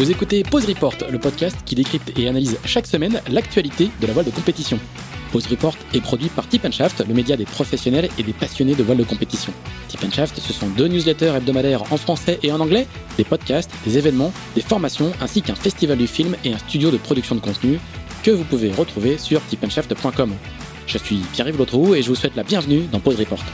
Vous écoutez Pause Report, le podcast qui décrypte et analyse chaque semaine l'actualité de la voile de compétition. Pause Report est produit par Tip & Shaft, le média des professionnels et des passionnés de voile de compétition. Tip & Shaft, ce sont 2 newsletters hebdomadaires en français et en anglais, des podcasts, des événements, des formations, ainsi qu'un festival du film et un studio de production de contenu que vous pouvez retrouver sur tipandshaft.com. Je suis Pierre-Yves Lotrou et je vous souhaite la bienvenue dans Pause Report.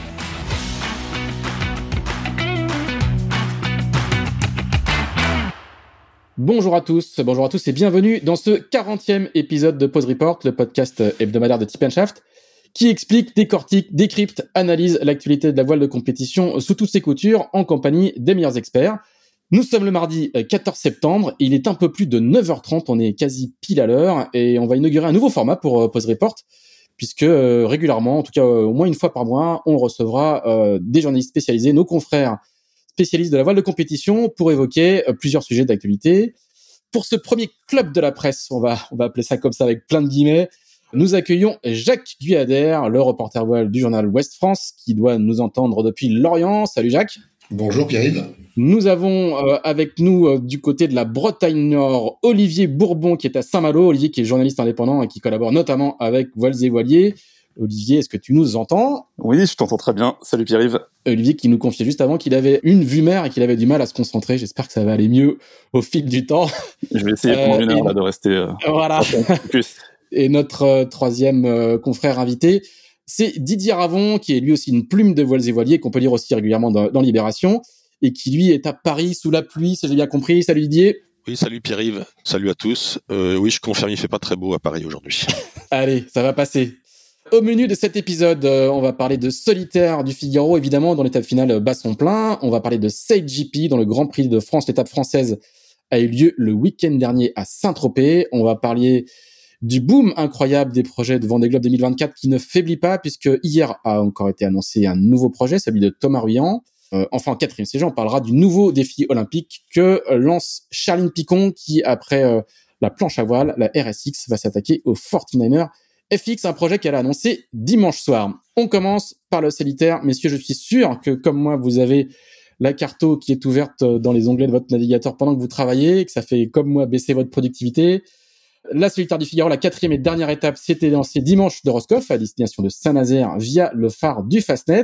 Bonjour à tous et bienvenue dans ce 40e épisode de Pause Report, le podcast hebdomadaire de Tip & Shaft, qui explique, décortique, décrypte, analyse l'actualité de la voile de compétition sous toutes ses coutures en compagnie des meilleurs experts. Nous sommes le mardi 14 septembre, il est un peu plus de 9h30, on est quasi pile à l'heure et on va inaugurer un nouveau format pour Pause Report, puisque régulièrement, en tout cas au moins une fois par mois, on recevra des journalistes spécialisés, nos confrères spécialiste de la voile de compétition pour évoquer plusieurs sujets d'actualité. Pour ce premier club de la presse, on va appeler ça comme ça avec plein de guillemets, nous accueillons Jacques Guyader, le reporter voile du journal Ouest France, qui doit nous entendre depuis Lorient. Salut Jacques. Bonjour Pierre-Yves. Nous avons avec nous du côté de la Bretagne Nord, Olivier Bourbon qui est à Saint-Malo. Olivier qui est journaliste indépendant et qui collabore notamment avec Voiles et Voiliers. Olivier, est-ce que tu nous entends ? Oui, je t'entends très bien. Salut Pierre-Yves. Olivier qui nous confiait juste avant qu'il avait une vue mer et qu'il avait du mal à se concentrer. J'espère que ça va aller mieux au fil du temps. Je vais essayer pendant une heure là, de rester voilà. Focus. Et notre troisième confrère invité, c'est Didier Ravon, qui est lui aussi une plume de Voiles et Voiliers, qu'on peut lire aussi régulièrement dans Libération, et qui lui est à Paris sous la pluie, si j'ai bien compris. Salut Didier. Oui, salut Pierre-Yves. Salut à tous. Oui, je confirme, il fait pas très beau à Paris aujourd'hui. Allez, ça va passer. Au menu de cet épisode, on va parler de Solitaire du Figaro, évidemment, dans l'étape finale Basson Plein. On va parler de SailGP, dans le Grand Prix de France. L'étape française a eu lieu le week-end dernier à Saint-Tropez. On va parler du boom incroyable des projets de Vendée Globe 2024 qui ne faiblit pas, puisque hier a encore été annoncé un nouveau projet, celui de Thomas Ruyant. Enfin, en 4e saison, on parlera du nouveau défi olympique que lance Charline Picon, qui, après la planche à voile, la RSX, va s'attaquer au 49er FX, un projet qu'elle a annoncé dimanche soir. On commence par le solitaire. Messieurs, je suis sûr que, comme moi, vous avez la carto qui est ouverte dans les onglets de votre navigateur pendant que vous travaillez, que ça fait, comme moi, baisser votre productivité. La solitaire du Figaro, la 4e et dernière étape, s'était lancée dimanche de Roscoff à destination de Saint-Nazaire via le phare du Fastnet.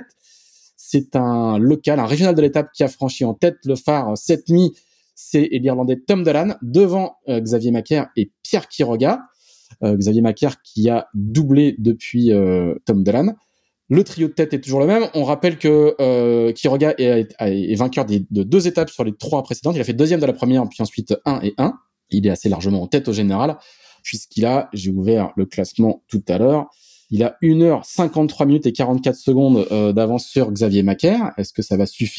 C'est un local, un régional de l'étape qui a franchi en tête le phare cette nuit. C'est l'Irlandais Tom Dolan devant Xavier Macaire et Pierre Quiroga. Xavier Macaire qui a doublé depuis Tom Dolan. Le trio de tête est toujours le même. On rappelle que Quiroga est vainqueur de 2 étapes sur les 3 précédentes. Il a fait 2e de la première, puis ensuite 1 et 1. Il est assez largement en tête au général, puisqu'il a, j'ai ouvert le classement tout à l'heure, il a 1h53 minutes et 44 secondes d'avance sur Xavier Macaire. Est-ce que ça va suffire ?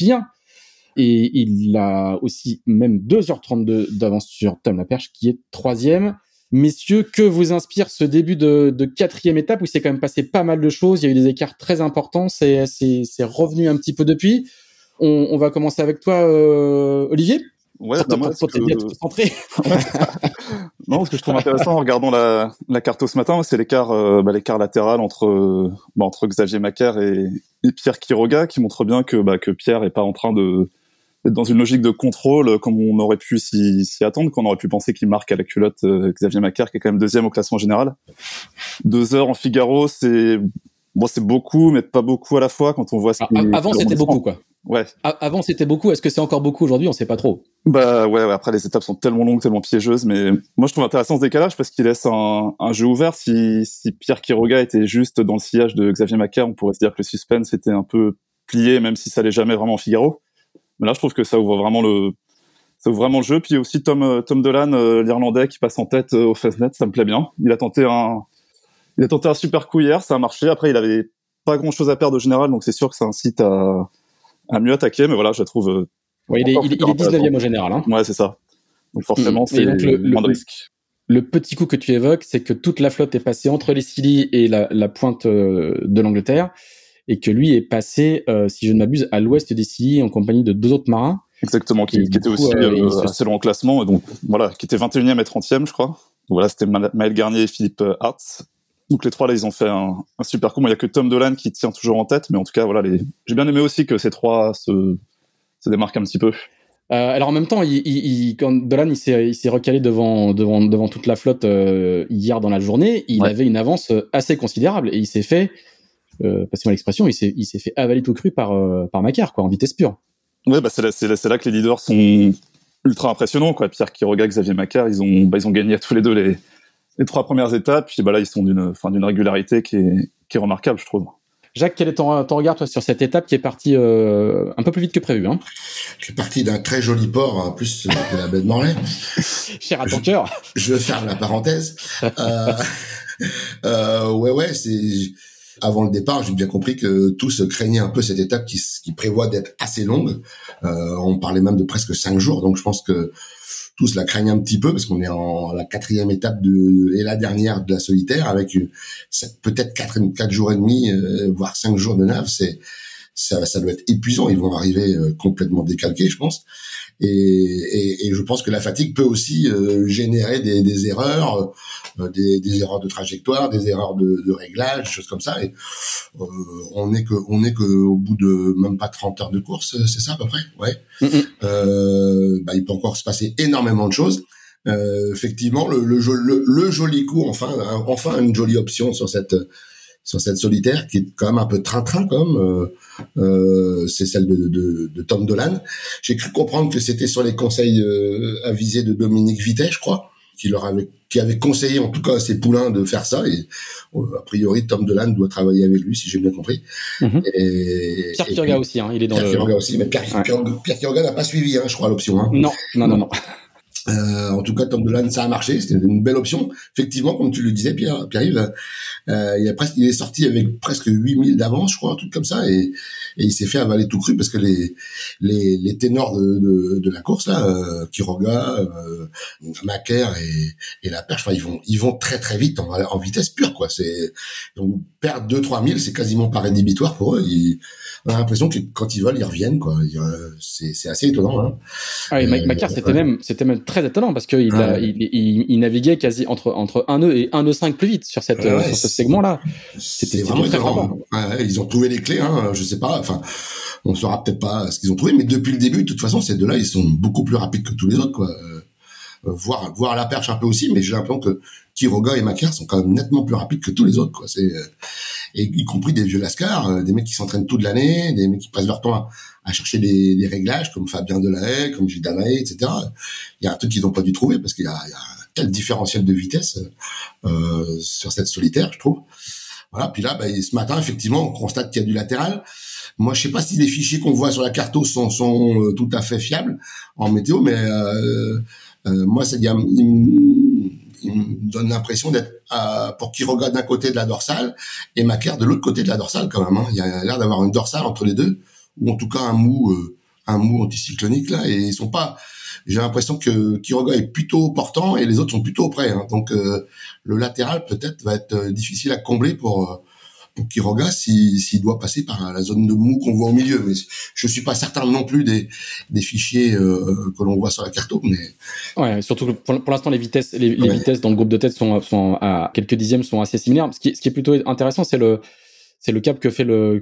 Et il a aussi même 2h32 d'avance sur Tom Laperche, qui est 3e. Messieurs, que vous inspire ce début de 4e étape où il s'est quand même passé pas mal de choses, il y a eu des écarts très importants, c'est revenu un petit peu depuis. On va commencer avec toi, Olivier. Ouais, pour t'aider à te concentrer. Non, ce que je trouve intéressant en regardant la carto ce matin, c'est l'écart latéral entre Xavier Macaire et Pierre Quiroga, qui montre bien que Pierre est pas en train d'être dans une logique de contrôle comme on aurait pu s'y attendre, qu'on aurait pu penser qu'il marque à la culotte Xavier Macaire, qui est quand même 2e au classement général. 2 heures en Figaro, c'est beaucoup, mais pas beaucoup à la fois quand on voit avant, c'était beaucoup, quoi. Ouais. Avant, c'était beaucoup. Est-ce que c'est encore beaucoup aujourd'hui ? On sait pas trop. Ouais. Après, les étapes sont tellement longues, tellement piégeuses, mais moi, je trouve intéressant ce décalage parce qu'il laisse un jeu ouvert. Si Pierre Quiroga était juste dans le sillage de Xavier Macaire, on pourrait se dire que le suspense était un peu plié, même si ça allait jamais vraiment en Figaro. Mais là, je trouve que ça ouvre vraiment le jeu. Puis aussi Tom Dolan, l'Irlandais, qui passe en tête au Fastnet, ça me plaît bien. Il a tenté un super coup hier, ça a marché. Après, il avait pas grand chose à perdre au général, donc c'est sûr que ça incite à mieux attaquer, mais voilà, je la trouve. Ouais, il est 19e au général. Hein. Ouais, c'est ça. Donc forcément, c'est moins de risque. Le petit coup que tu évoques, c'est que toute la flotte est passée entre les Scilly et la pointe de l'Angleterre, et que lui est passé, si je ne m'abuse, à l'ouest des Scilly en compagnie de 2 autres marins. Exactement, qui était aussi assez loin en classement, donc voilà, qui était 21e et 30e, je crois. Donc voilà, c'était Maël Garnier et Philippe Hartz. Donc les 3 là, ils ont fait un super coup. Moi, il y a que Tom Dolan qui tient toujours en tête, mais en tout cas, voilà, j'ai bien aimé aussi que ces 3 se démarquent un petit peu. Alors en même temps, quand Dolan il s'est recalé devant toute la flotte hier dans la journée, il avait une avance assez considérable et il s'est fait, passez-moi l'expression, il s'est fait avaler tout cru par Macar, quoi, en vitesse pure. Ouais, bah c'est là que les leaders sont ultra impressionnants, quoi. Pierre Quiroga, Xavier Macar, ils ont gagné à tous les deux les 3 premières étapes, puis bah là ils sont d'une régularité qui est remarquable, je trouve. Jacques, quel est ton regard, toi, sur cette étape qui est partie un peu plus vite que prévu, hein? Je suis parti d'un très joli port, en plus de la baie de Morlaix. Cher à ton cœur. Je vais faire la parenthèse. Ouais, c'est... Avant le départ, j'ai bien compris que tous craignaient un peu cette étape qui prévoit d'être assez longue. On parlait même de presque 5 jours, donc je pense que tous la craignent un petit peu parce qu'on est en la 4e étape et la dernière de la solitaire avec peut-être 4 jours et demi, voire 5 jours de nave. Ça doit être épuisant. Ils vont arriver complètement décalqués, je pense. Et je pense que la fatigue peut aussi générer des erreurs, des erreurs de trajectoire, des erreurs de réglage, des choses comme ça. Et on est que au bout de même pas 30 heures de course, c'est ça à peu près, ouais. Il peut encore se passer énormément de choses. Effectivement, le joli coup, enfin une jolie option sur cette solitaire qui est quand même un peu train-train c'est celle de Tom Dolan. J'ai cru comprendre que c'était sur les conseils avisés de Dominique Vittet, je crois, qui avait conseillé en tout cas à ses poulains de faire ça, et a priori Tom Dolan doit travailler avec lui, si j'ai bien compris. Et Pierre Quiroga aussi, hein, il est dans Pierre Quiroga aussi, mais Pierre Quiroga n'a pas suivi, je crois, l'option. Hein. Non. En tout cas, Tom Dolan, ça a marché. C'était une belle option. Effectivement, comme tu le disais, Pierre-Yves, il est sorti avec presque 8000 d'avance, je crois, un truc comme ça, et il s'est fait avaler tout cru parce que les ténors de la course, là, Quiroga, Macaire et la perche, ils vont très très vite en vitesse pure, quoi. Donc, perdre 2-3 000, c'est quasiment pas rédhibitoire pour eux. On a l'impression que quand ils veulent, ils reviennent, quoi. C'est assez étonnant, hein. Ah, et Macaire, c'était même très étonnant parce que il naviguait quasi entre 1 nœud et 1 nœud 5 plus vite sur sur ce segment-là. C'était vraiment très frappant. Ils ont trouvé les clés, hein. Je sais pas, enfin, on saura peut-être pas ce qu'ils ont trouvé, mais depuis le début, de toute façon, ces deux-là, ils sont beaucoup plus rapides que tous les autres, quoi. Voir la perche un peu aussi, mais j'ai l'impression que Quiroga et Macaire sont quand même nettement plus rapides que tous les autres, quoi. Et y compris des vieux lascars, des mecs qui s'entraînent toute l'année, des mecs qui passent leur temps à chercher des réglages, comme Fabien Delahaye, comme Gilles Damaé, etc. Il y a un truc qu'ils n'ont pas dû trouver, parce qu'il y a un tel différentiel de vitesse sur cette solitaire, je trouve. Voilà. Puis là, ce matin, effectivement, on constate qu'il y a du latéral. Moi, je sais pas si les fichiers qu'on voit sur la carto sont tout à fait fiables en météo, mais moi, il me donne l'impression d'être pour Quiroga d'un côté de la dorsale et Macaire de l'autre côté de la dorsale, quand même. Hein. Il y a l'air d'avoir une dorsale entre les deux, ou en tout cas un mou anticyclonique là. Et ils sont pas. J'ai l'impression que Quiroga est plutôt portant et les autres sont plutôt près. Hein. Donc le latéral peut-être va être difficile à combler pour Quiroga s'il doit passer par la zone de mou qu'on voit au milieu. Mais je suis pas certain non plus des fichiers que l'on voit sur la carte. Mais ouais, surtout que pour l'instant les vitesses dans le groupe de tête sont à quelques dixièmes, sont assez similaires. Ce qui est plutôt intéressant, c'est le cap que fait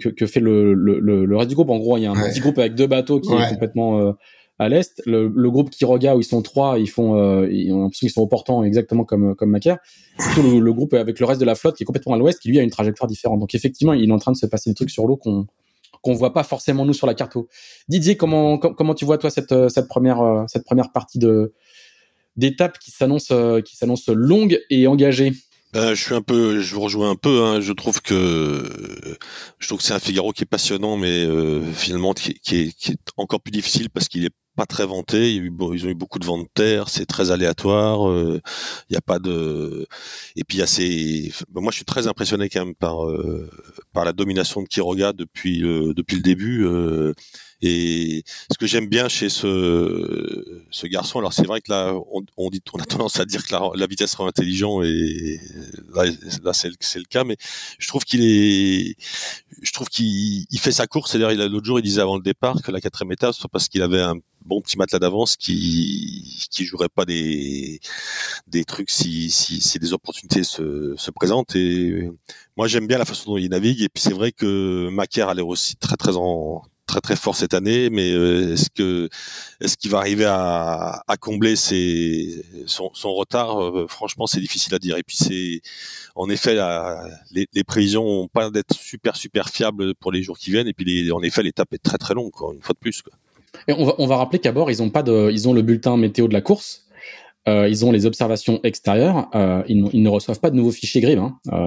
le reste du groupe. En gros, il y a un petit groupe avec 2 bateaux qui est complètement à l'est. Le groupe Quiroga où ils sont 3, ils ont l'impression qu'ils sont au portant exactement comme Macaire. Surtout le groupe avec le reste de la flotte qui est complètement à l'ouest, qui lui a une trajectoire différente. Donc effectivement, il est en train de se passer des trucs sur l'eau qu'on voit pas forcément nous sur la carte. Didier, comment tu vois toi cette première partie d'étape qui s'annonce longue et engagée? Je vous rejoins un peu, hein. Je trouve que c'est un Figaro qui est passionnant, mais finalement qui est encore plus difficile parce qu'il est pas très vanté. Ils ont eu beaucoup de vent de terre, c'est très aléatoire. Il y a pas de. Et puis moi, je suis très impressionné quand même par la domination de Quiroga depuis le début. Et ce que j'aime bien chez ce garçon, alors c'est vrai que là, on a tendance à dire que la vitesse rend intelligent, et là c'est le cas, mais je trouve qu'il fait sa course. C'est-à-dire, l'autre jour, il disait avant le départ que la 4e étape, soit parce qu'il avait un bon petit matelas d'avance qui jouerait pas des trucs si des opportunités se présentent. Et moi, j'aime bien la façon dont il navigue. Et puis c'est vrai que Macaire a l'air aussi très très très fort cette année, mais est-ce qu'il va arriver à combler son retard? Franchement, c'est difficile à dire. Et puis c'est en effet les prévisions n'ont pas d'être super fiables pour les jours qui viennent. Et puis en effet l'étape est très très longue, quoi, une fois de plus, quoi. Et on va rappeler qu'à bord ils ont le bulletin météo de la course. Ils ont les observations extérieures. Ils ne reçoivent pas de nouveaux fichiers grid.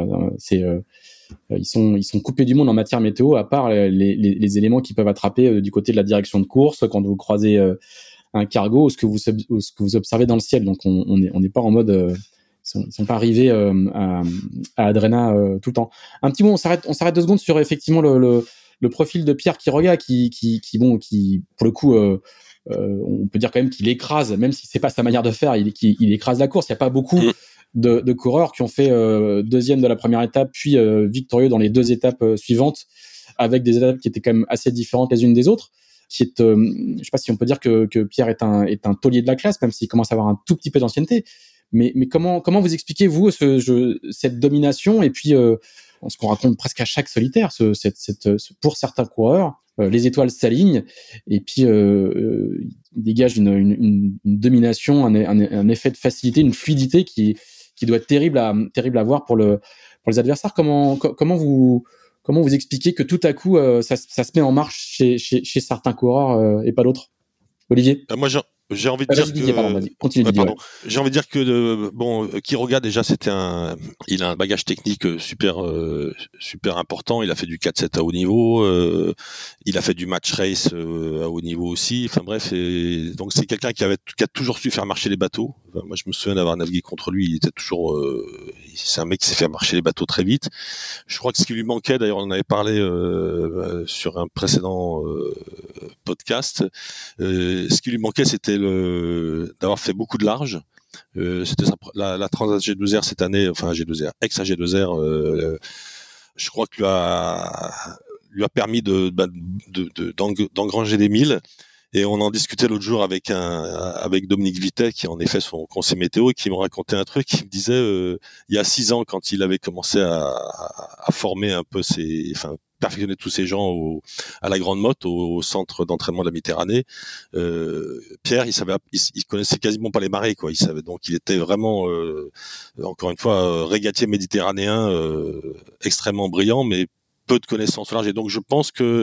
Ils sont coupés du monde en matière météo, à part les éléments qu'ils peuvent attraper du côté de la direction de course quand vous croisez un cargo ou ce que vous observez dans le ciel. Donc on n'est pas en mode ils sont pas arrivés à Adrena tout le temps. Un petit mot, on s'arrête 2 secondes sur effectivement le profil de Pierre Quiroga qui pour le coup on peut dire quand même qu'il écrase, même si c'est pas sa manière de faire, il écrase la course. Il y a pas beaucoup de coureurs qui ont fait deuxième de la première étape puis victorieux dans les 2 étapes suivantes, avec des étapes qui étaient quand même assez différentes les unes des autres. Je sais pas si on peut dire que Pierre est un taulier de la classe, même s'il commence à avoir un tout petit peu d'ancienneté. Mais comment vous expliquez vous cette domination et puis ce qu'on raconte presque à chaque solitaire, pour certains coureurs, les étoiles s'alignent et puis ils dégagent une domination, un effet de facilité, une fluidité qui doit être terrible à voir pour les adversaires. Comment vous expliquez que tout à coup ça se met en marche chez certains coureurs et pas d'autres? Olivier? Moi, j'ai envie de dire Didier, vas-y, continue Didier. Ouais. J'ai envie de dire que Quiroga déjà il a un bagage technique super important. Il a fait du 4-7 à haut niveau, il a fait du match race à haut niveau aussi. Enfin bref, et donc c'est quelqu'un qui a toujours su faire marcher les bateaux. Enfin, moi je me souviens d'avoir navigué contre lui. Il était toujours, c'est un mec qui sait faire marcher les bateaux très vite. Je crois que ce qui lui manquait, d'ailleurs on en avait parlé sur un précédent podcast, ce qui lui manquait c'était d'avoir fait beaucoup de large. C'était la Transat G2R cette année, enfin G2R, ex-G2R, je crois que lui a permis d'engranger des milles. Et on en discutait l'autre jour avec Dominique Vittet, qui est en effet son conseiller météo, et qui me racontait un truc. Il me disait, il y a 6 ans, quand il avait commencé à former un peu perfectionner tous ces gens à la Grande Motte, au centre d'entraînement de la Méditerranée, Pierre, il connaissait quasiment pas les marées, quoi. Donc il était vraiment, encore une fois, régatier méditerranéen, extrêmement brillant, mais peu de connaissances au large. Et donc je pense que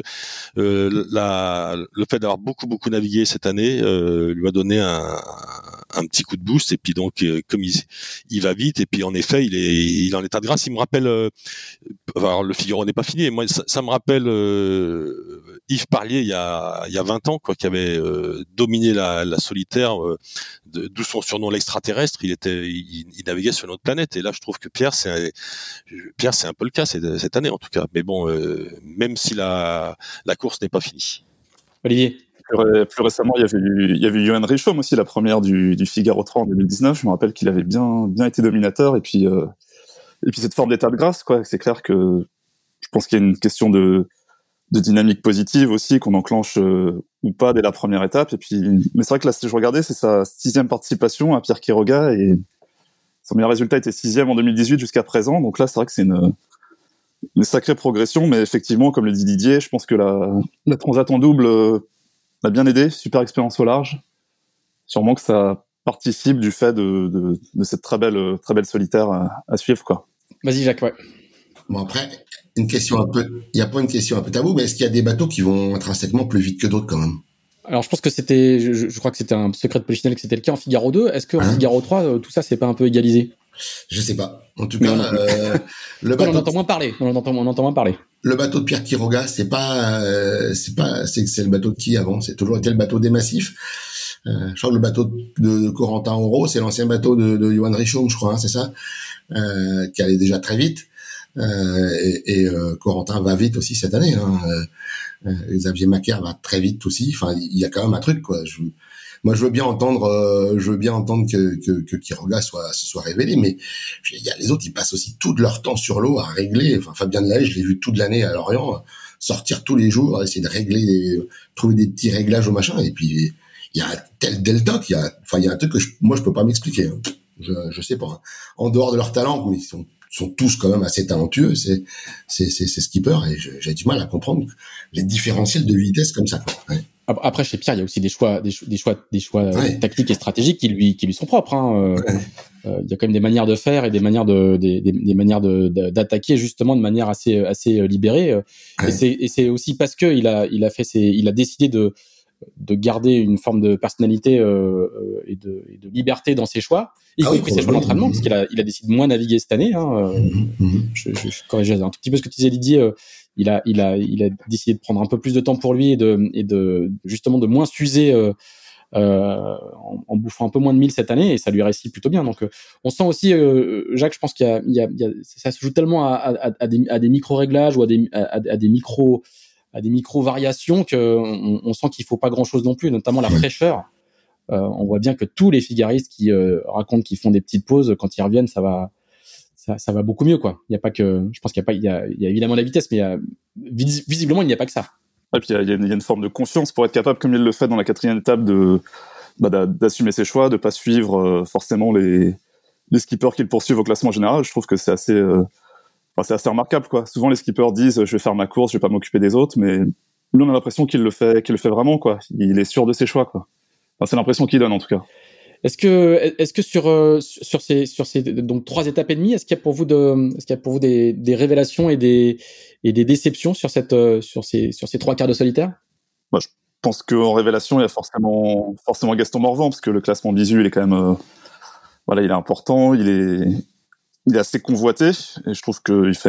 le fait d'avoir beaucoup navigué cette année lui a donné un petit coup de boost. Et puis donc comme il va vite, et puis en effet il est en état de grâce. Il me rappelle, alors le Figaro n'est pas fini, et moi ça me rappelle Yves Parlier il y a 20 ans, quoi, qui avait dominé la solitaire, d'où son surnom l'extraterrestre. Il naviguait sur notre planète. Et là je trouve que Pierre c'est un peu le cas cette année en tout cas. Mais bon, même si la course n'est pas finie. Olivier? Plus récemment, il y avait eu Johan Richomme aussi, la première du Figaro 3 en 2019. Je me rappelle qu'il avait bien été dominateur. Et puis cette forme d'état de grâce, quoi. C'est clair que je pense qu'il y a une question de dynamique positive aussi, qu'on enclenche ou pas dès la première étape. Et puis, mais c'est vrai que là, si je regardais, c'est sa 6e participation à Pierre Quiroga, et son meilleur résultat était 6e en 2018 jusqu'à présent. Donc là, c'est vrai que c'est une sacrée progression, mais effectivement, comme le dit Didier, je pense que la Transat en double m'a bien aidé. Super expérience au large. Sûrement que ça participe du fait de cette très belle solitaire à suivre, quoi. Vas-y, Jacques, ouais. Bon, après, il y a pas une question un peu tabou, mais est-ce qu'il y a des bateaux qui vont intrinsèquement plus vite que d'autres, quand même? Alors, je pense que je crois que c'était un secret de Polichinelle que c'était le cas en Figaro 2. Est-ce que en Figaro 3, tout ça, c'est pas un peu égalisé? Je sais pas. En tout cas, le bateau. On entend moins parler. Le bateau de Pierre Quiroga, c'est le bateau de qui avant? C'est toujours été le bateau des massifs. Je crois que le bateau de Corentin Auro, c'est l'ancien bateau de Johan Richomme, je crois, hein, c'est ça, qui allait déjà très vite. Et Corentin va vite aussi cette année. Hein. Xavier Macaire va très vite aussi. Enfin, il y a quand même un truc, quoi. Moi, je veux bien entendre que Quiroga se soit révélé, mais il y a les autres, ils passent aussi tout de leur temps sur l'eau à régler. Enfin, Fabien Delahaye, je l'ai vu toute l'année à Lorient, sortir tous les jours, essayer de régler, trouver des petits réglages au machin. Et puis, il y a un tel delta il y a un truc que moi, je peux pas m'expliquer. Hein. Je sais pas. Hein. En dehors de leur talent, mais ils sont sont tous quand même assez talentueux, ces skippers, et j'ai du mal à comprendre les différentiels de vitesse comme ça, quoi. Ouais. Après, chez Pierre, il y a aussi des choix tactiques et stratégiques qui lui sont propres. Il y a quand même des manières de faire et des manières d'attaquer justement de manière assez libérée. Et c'est aussi parce que il a décidé de garder une forme de personnalité et de liberté dans ses choix, y compris ses choix d'entraînement, parce qu'il a décidé de moins naviguer cette année. Je corrige un tout petit peu ce que tu disais, Didier. Il a décidé de prendre un peu plus de temps pour lui et de justement de moins s'user en bouffant un peu moins de mille cette année, et ça lui réussit plutôt bien. Donc on sent aussi, Jacques, je pense qu'il y a ça se joue tellement à des micro réglages ou à des micro variations que on sent qu'il faut pas grand chose non plus, notamment la fraîcheur. On voit bien que tous les figaristes qui racontent qu'ils font des petites pauses, quand ils reviennent, ça va beaucoup mieux, quoi. Il y a pas que, je pense qu'il y a évidemment la vitesse, mais visiblement il n'y a pas que ça. Et puis il y a une forme de confiance pour être capable, comme il le fait dans la 4e étape, d'assumer ses choix, de pas suivre forcément les skippers qui le poursuivent au classement général. Je trouve que c'est assez remarquable, quoi. Souvent les skippers disent je vais faire ma course, je vais pas m'occuper des autres, mais lui on a l'impression qu'il le fait vraiment, quoi. Il est sûr de ses choix, quoi. Enfin, c'est l'impression qu'il donne, en tout cas. Est-ce que sur ces donc 3 étapes et demie, est-ce qu'il y a pour vous des révélations et des déceptions sur ces 3 quarts de solitaire? Moi, je pense qu'en révélation, il y a forcément Gaston Morvan, parce que le classement Bisu, il est quand même, il est important, il est assez convoité, et je trouve qu'il fait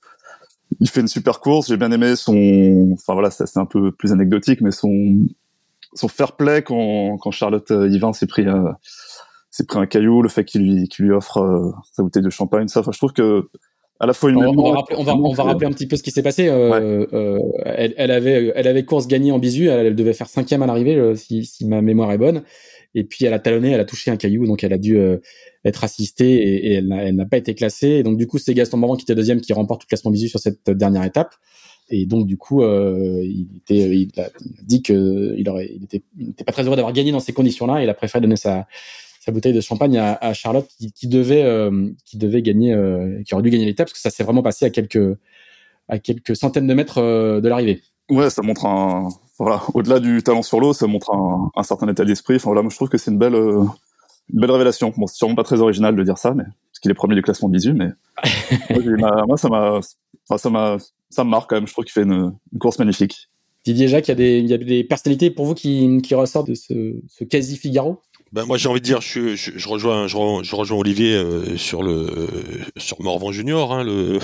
une super course. J'ai bien aimé ça, c'est un peu plus anecdotique, mais son fair play quand Charlotte Yvain s'est pris un caillou, le fait qu'il lui offre sa bouteille de champagne, ça. Enfin, je trouve que à la fois on va rappeler un petit peu ce qui s'est passé. Elle avait course gagnée en bisu, elle devait faire 5e à l'arrivée, si ma mémoire est bonne. Et puis elle a talonné, elle a touché un caillou, donc elle a dû être assistée et elle n'a pas été classée. Et donc du coup, c'est Gaston Morvan qui était 2e, qui remporte le classement bisu sur cette dernière étape. Et donc du coup, il a dit que il était pas très heureux d'avoir gagné dans ces conditions-là. Il a préféré donner sa bouteille de champagne à Charlotte qui devait gagner, qui aurait dû gagner l'étape, parce que ça s'est vraiment passé à quelques centaines de mètres de l'arrivée. Ouais, ça montre au-delà du talent sur l'eau, ça montre un certain état d'esprit. Enfin voilà, moi je trouve que c'est une belle révélation. Bon, c'est sûrement pas très original de dire ça, mais parce qu'il est premier du classement bisu, mais moi ça me marque quand même. Je trouve qu'il fait une course magnifique. Didier, Jacques, il y a des personnalités pour vous qui ressortent de ce quasi Figaro? Ben moi j'ai envie de dire, je rejoins Olivier sur Morvan Junior,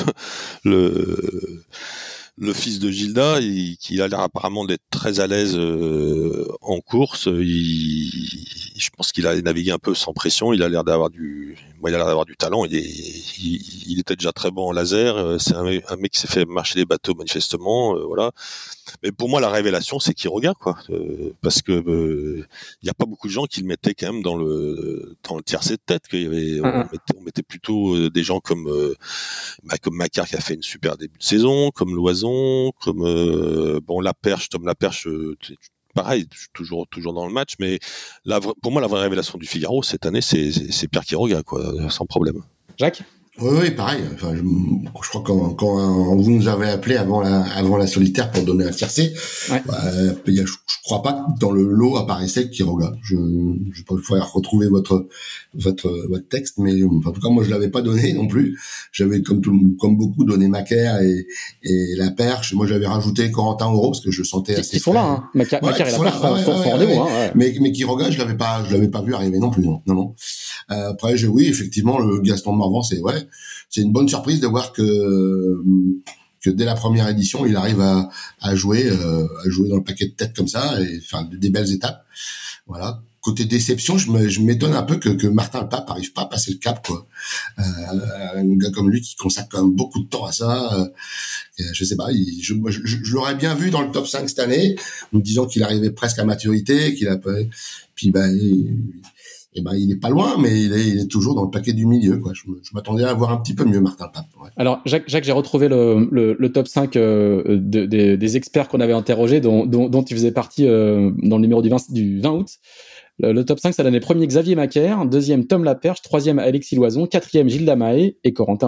le fils de Gilda, qui a l'air apparemment d'être très à l'aise en course. Je pense qu'il a navigué un peu sans pression. Il a l'air d'avoir du talent. Il était déjà très bon en laser. C'est un mec qui s'est fait marcher les bateaux manifestement, voilà. Mais pour moi, la révélation, c'est Quiroga, quoi, parce que il y a pas beaucoup de gens qui le mettaient quand même dans le tiercé de tête. On mettait plutôt des gens comme Macquart qui a fait une super début de saison, comme Loison, comme Tom Laperche. Pareil, toujours dans le match, mais pour moi, la vraie révélation du Figaro cette année, c'est Pierre Quiroga, quoi, sans problème. Jacques? Oui, pareil. Enfin, je crois quand vous nous avez appelé avant la solitaire pour donner un tiercé, je crois pas que dans le lot apparaissait Quiroga. Je vais pas pouvoir retrouver votre texte, mais en tout cas moi je l'avais pas donné non plus. J'avais comme beaucoup donné Macquart et la perche. Moi j'avais rajouté Corentin Auro parce que je sentais assez. Ils sont là, hein. Macquart et la perche sont rendez-vous. Mais Quiroga je l'avais pas vu arriver non plus. Non. Après oui effectivement le Gaston Morvan c'est une bonne surprise de voir que dès la première édition il arrive à jouer dans le paquet de tête comme ça, et enfin des belles étapes. Voilà. Côté déception, je m'étonne un peu que Martin Le Pape arrive pas à passer le cap, quoi. Un gars comme lui qui consacre quand même beaucoup de temps à ça. Je sais pas, je l'aurais bien vu dans le top 5 cette année, en me disant qu'il arrivait presque à maturité, puis il est pas loin, mais il est toujours dans le paquet du milieu, quoi. Je m'attendais à voir un petit peu mieux Martin Le Pape. Ouais. Alors, Jacques, j'ai retrouvé le top 5 des experts qu'on avait interrogés, dont tu faisais partie dans le numéro du 20 août. Le top 5, ça donnait premier Xavier Macquart, deuxième Tom Laperche, troisième Alexis Loison, quatrième Gilda Mahé et Corentin Auro.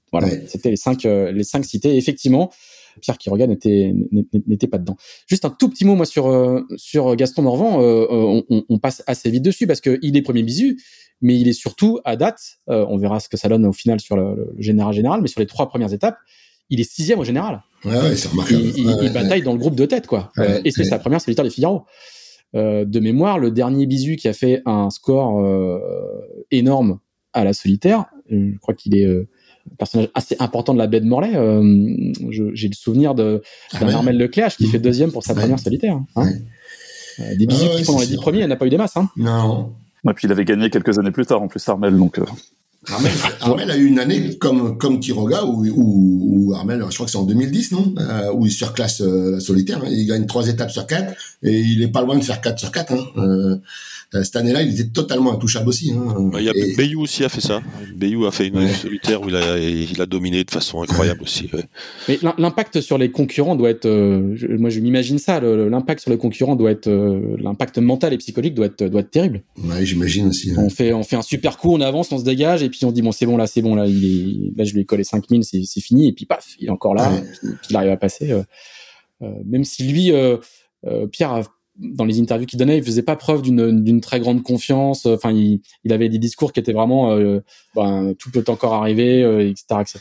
Voilà, c'était les cinq cités. Et effectivement, Pierre Quiroga n'était pas dedans. Juste un tout petit mot, moi, sur Gaston Morvan. On passe assez vite dessus parce que il est premier bisu, mais il est surtout, à date, on verra ce que ça donne au final sur le général, mais sur les 3 premières étapes, il est 6e au général. Ouais, c'est remarquable. Il bataille dans le groupe de tête, quoi. Et c'est sa première solitaire des Figaro. De mémoire, le dernier bisu qui a fait un score énorme à la solitaire, je crois qu'il est un personnage assez important de la baie de Morlaix. J'ai le souvenir d'un Armel Lecléache qui fait 2e pour sa première solitaire. Hein. Des bisous qui font dans les 10 premiers, il n'a pas eu des masses. Hein. Non. Et puis il avait gagné quelques années plus tard en plus, Armel. Donc Armel a eu une année comme Quiroga où Armel, je crois que c'est en 2010, non, où il surclasse la solitaire. Hein. Il gagne 3 étapes sur 4 et il est pas loin de faire 4 sur 4. Hein. Cette année-là, il était totalement intouchable aussi. Hein. Il y a Bayou aussi a fait ça. Bayou a fait une solitaire où il a dominé de façon incroyable aussi. Ouais. Mais l'impact sur les concurrents doit être, moi je m'imagine ça, l'impact sur les concurrents doit être, l'impact mental et psychologique doit être terrible. Ouais, j'imagine aussi. On fait un super coup, on avance, on se dégage et puis on dit bon c'est bon là, là je lui ai collé 5000, c'est fini et puis paf, il est encore là, puis il arrive à passer. Même si lui, Pierre, dans les interviews qu'il donnait, il faisait pas preuve d'une très grande confiance. Enfin, il avait des discours qui étaient vraiment, tout peut encore arriver, etc.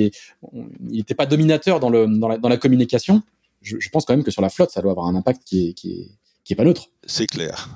Il était pas dominateur dans la communication. Je pense quand même que sur la flotte, ça doit avoir un impact qui est pas neutre. C'est clair.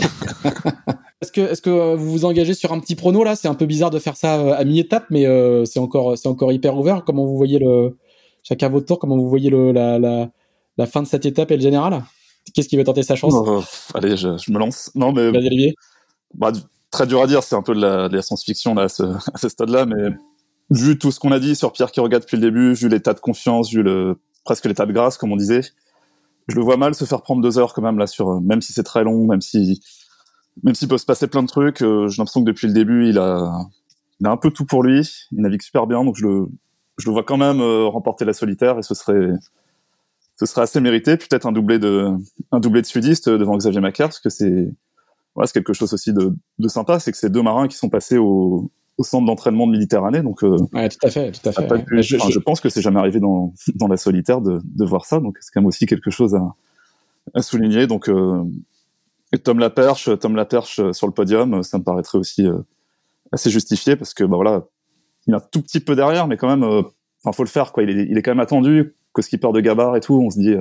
Est-ce que vous vous engagez sur un petit prono là? C'est un peu bizarre de faire ça à mi-étape, mais c'est encore hyper ouvert. Comment vous voyez chacun votre tour? Comment vous voyez la fin de cette étape et le général? Qu'est-ce qui va tenter sa chance? Allez, je me lance. Non, mais vas-y, Olivier. Très dur à dire. C'est un peu de la science-fiction là, à ce stade-là, mais vu tout ce qu'on a dit sur Pierre Quiroga depuis le début, vu l'état de confiance, vu presque l'état de grâce, comme on disait, je le vois mal se faire prendre 2 heures quand même là même si c'est très long, même s'il peut se passer plein de trucs. J'ai l'impression que depuis le début, il a un peu tout pour lui. Il navigue super bien, donc je le vois quand même remporter la solitaire et ce serait assez mérité. Peut-être un doublé de sudiste devant Xavier Macaire, parce que c'est quelque chose aussi de sympa, c'est que c'est 2 marins qui sont passés au centre d'entraînement de Méditerranée, donc ouais, tout à fait. Je pense que c'est jamais arrivé dans la solitaire de voir ça, donc c'est quand même aussi quelque chose à souligner. Donc et Tom Laperche sur le podium, ça me paraîtrait aussi assez justifié, parce que il est un tout petit peu derrière, mais quand même faut le faire quoi. Il est quand même attendu, que skipper de Gabar et tout, on se dit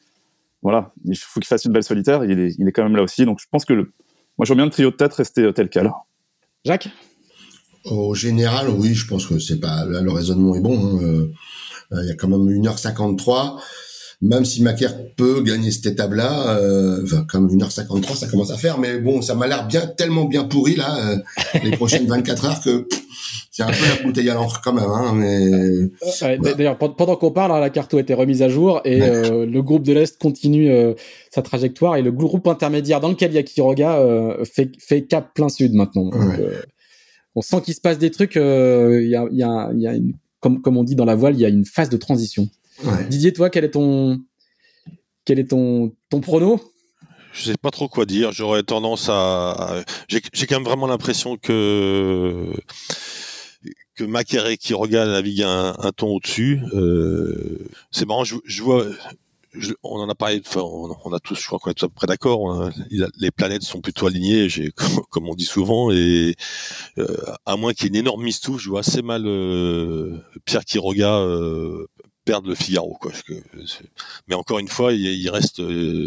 il faut qu'il fasse une belle solitaire. Il est quand même là aussi, donc je pense que moi je vois bien le trio de tête rester tel quel. Jacques? Au général, oui, je pense que c'est pas là, le raisonnement est bon. Il y a quand même 1h53. Même si Macaire peut gagner cette étape-là, comme 1h53, ça commence à faire. Mais bon, ça m'a l'air tellement bien pourri là, les prochaines 24 heures que c'est un peu la bouteille à l'encre quand même. Hein, mais d'ailleurs, pendant qu'on parle, la carte a été remise à jour et le groupe de l'Est continue sa trajectoire, et le groupe intermédiaire dans lequel il y a Quiroga fait cap plein sud maintenant. Donc, on sent qu'il se passe des trucs. Il y a une, comme on dit dans la voile, il y a une phase de transition. Ouais. Didier, toi, quel est ton prono? Je sais pas trop quoi dire. J'aurais tendance j'ai quand même vraiment l'impression que Macaire et Quiroga naviguent un ton au-dessus. C'est marrant. Je vois. On en a parlé. Enfin, on a tous. Je crois qu'on est tous à peu près d'accord. Les planètes sont plutôt alignées. Comme on dit souvent, et à moins qu'il y ait une énorme mistouffe, je vois assez mal Pierre Quiroga perdre le Figaro, quoi. Mais encore une fois, il reste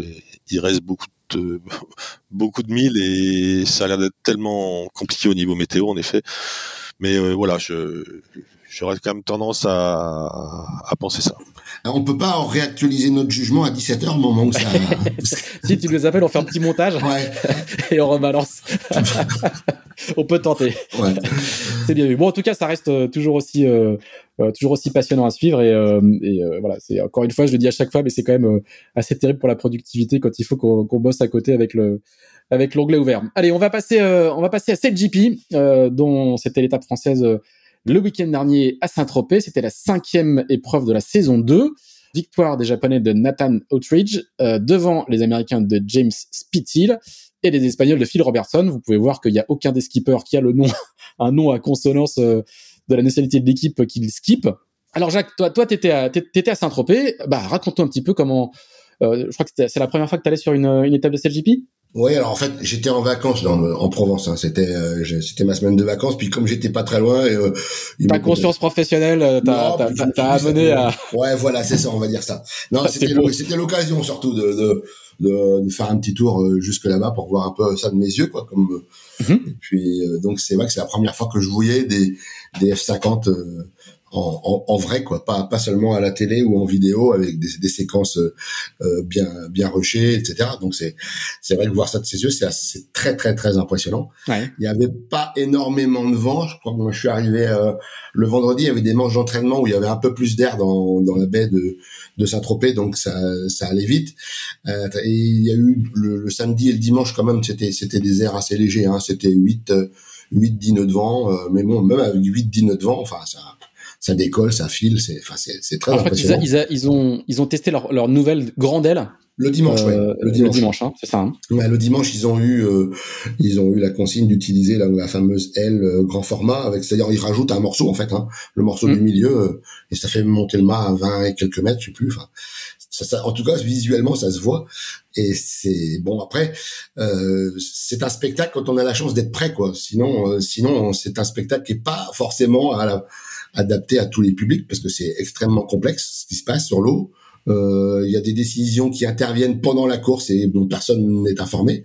beaucoup de milles, et ça a l'air d'être tellement compliqué au niveau météo, en effet. Mais j'aurais quand même tendance à penser ça. Alors, on peut pas réactualiser notre jugement à 17h au moment où ça... Si tu les appelles, on fait un petit montage et on rebalance. On peut tenter. Ouais. C'est bien vu. Bon, en tout cas, ça reste toujours aussi passionnant à suivre, et voilà. C'est encore une fois, je le dis à chaque fois, mais c'est quand même assez terrible pour la productivité quand il faut qu'on bosse à côté avec l'onglet ouvert. Allez, on va passer à 7GP, dont c'était l'étape française le week-end dernier à Saint-Tropez. C'était la 5e épreuve de la saison 2. Victoire des Japonais de Nathan Outridge devant les Américains de James Spithill et les Espagnols de Phil Robertson. Vous pouvez voir qu'il n'y a aucun des skippers qui a un nom à consonance de la nationalité de l'équipe qu'il skip. Alors Jacques, toi t'étais à Saint-Tropez. Bah raconte-nous un petit peu comment. Je crois que c'est la première fois que t'allais sur une étape de CLGP. Oui, alors en fait, j'étais en vacances en Provence. Hein. C'était ma semaine de vacances. Puis comme j'étais pas très loin, ta conscience professionnelle, t'as amené à. Ouais, voilà, c'est ça, on va dire ça. Non, c'était l'occasion surtout de faire un petit tour jusque là-bas pour voir un peu ça de mes yeux, quoi. Comme et puis donc c'est vrai que c'est la première fois que je voyais des F50. En vrai, quoi, pas seulement à la télé ou en vidéo avec des séquences bien rushées, etc. Donc c'est vrai que voir ça de ses yeux, c'est très très très impressionnant. Ouais. Il y avait pas énormément de vent. Je crois que moi je suis arrivé le vendredi, il y avait des manches d'entraînement où il y avait un peu plus d'air dans la baie de Saint-Tropez, donc ça allait vite. Et il y a eu le samedi et le dimanche quand même, c'était des airs assez légers. Hein. C'était 8-10 nœuds de vent, mais bon, même avec 8-10 nœuds de vent, enfin ça décolle, ça file, c'est très impressionnant. Ils ont testé leur nouvelle grande aile. Le dimanche, le dimanche, hein, c'est ça. Hein. Ouais, le dimanche, ils ont eu la consigne d'utiliser la fameuse aile grand format c'est-à-dire ils rajoutent un morceau en fait, hein, le morceau du milieu, et ça fait monter le mât à 20 et quelques mètres, je sais plus. Enfin, ça, en tout cas, visuellement, ça se voit. Et c'est bon. Après, c'est un spectacle quand on a la chance d'être prêt, quoi. Sinon, c'est un spectacle qui est pas forcément adapté à tous les publics parce que c'est extrêmement complexe ce qui se passe sur l'eau. Il y a des décisions qui interviennent pendant la course et dont personne n'est informé,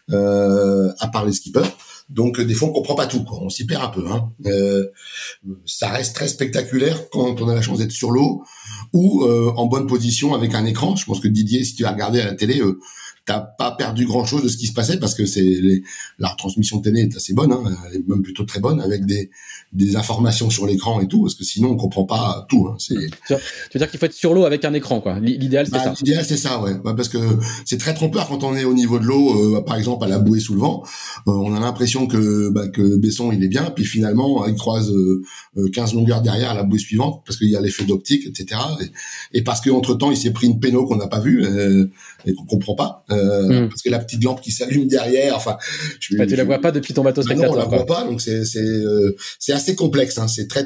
à part les skippers. Donc des fois on comprend pas tout, quoi. On s'y perd un peu. Hein. Ça reste très spectaculaire quand on a la chance d'être sur l'eau ou en bonne position avec un écran. Je pense que Didier, si tu as regardé à la télé, t'as pas perdu grand chose de ce qui se passait parce que la retransmission de télé est assez bonne, hein, elle est même plutôt très bonne avec des informations sur l'écran et tout, parce que sinon on comprend pas tout. Hein, tu veux dire qu'il faut être sur l'eau avec un écran, quoi. L'idéal c'est ça. L'idéal c'est ça, ouais, parce que c'est très trompeur quand on est au niveau de l'eau, par exemple à la bouée sous le vent, on a l'impression que Besson il est bien, puis finalement il croise 15 longueurs derrière à la bouée suivante parce qu'il y a l'effet d'optique, etc. Et parce que entre temps il s'est pris une péno qu'on n'a pas vue et qu'on comprend pas. Parce que la petite lampe qui s'allume derrière, enfin, tu la vois pas depuis ton bateau spectateur. Non, on la voit pas, donc c'est assez complexe. Hein, c'est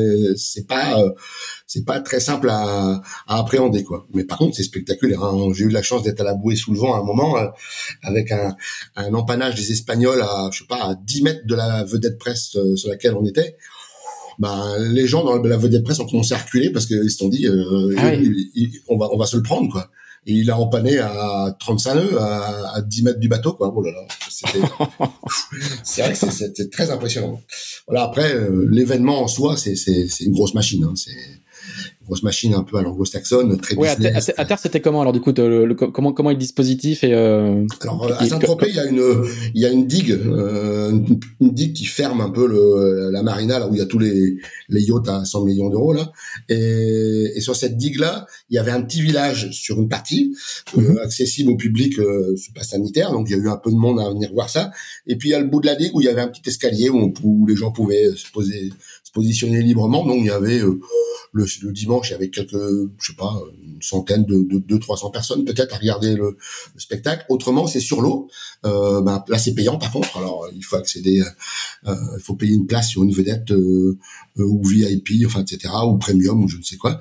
pas très simple à appréhender, quoi. Mais par contre, c'est spectaculaire. Hein. J'ai eu la chance d'être à la bouée sous le vent à un moment avec un empannage des Espagnols à 10 mètres de la vedette presse sur laquelle on était. Les gens dans la vedette presse ont commencé à reculer parce qu'ils se sont dit on va se le prendre, quoi. Et il a empanné à 35 nœuds à 10 mètres du bateau, quoi. Oh là là, c'est vrai que c'est très impressionnant. Voilà, après l'événement en soi, c'est une grosse machine, hein. C'est une grosse machine un peu à l'anglo-saxonne, très business. À terre, c'était comment alors du coup comment est le dispositif et Alors à Saint-Tropez, il y a une digue, une digue qui ferme un peu la marina là où il y a tous les yachts à 100 millions d'euros là. Et sur cette digue là, il y avait un petit village sur une partie accessible au public sous passe sanitaire. Donc il y a eu un peu de monde à venir voir ça. Et puis il y a le bout de la digue où il y avait un petit escalier où les gens pouvaient se positionner librement. Donc il y avait le dimanche, il y avait une centaine de 300 personnes peut-être à regarder le spectacle. Autrement, c'est sur l'eau. Là, c'est payant par contre. Alors, il faut accéder, il faut payer une place sur une vedette ou VIP, enfin, etc., ou premium ou je ne sais quoi.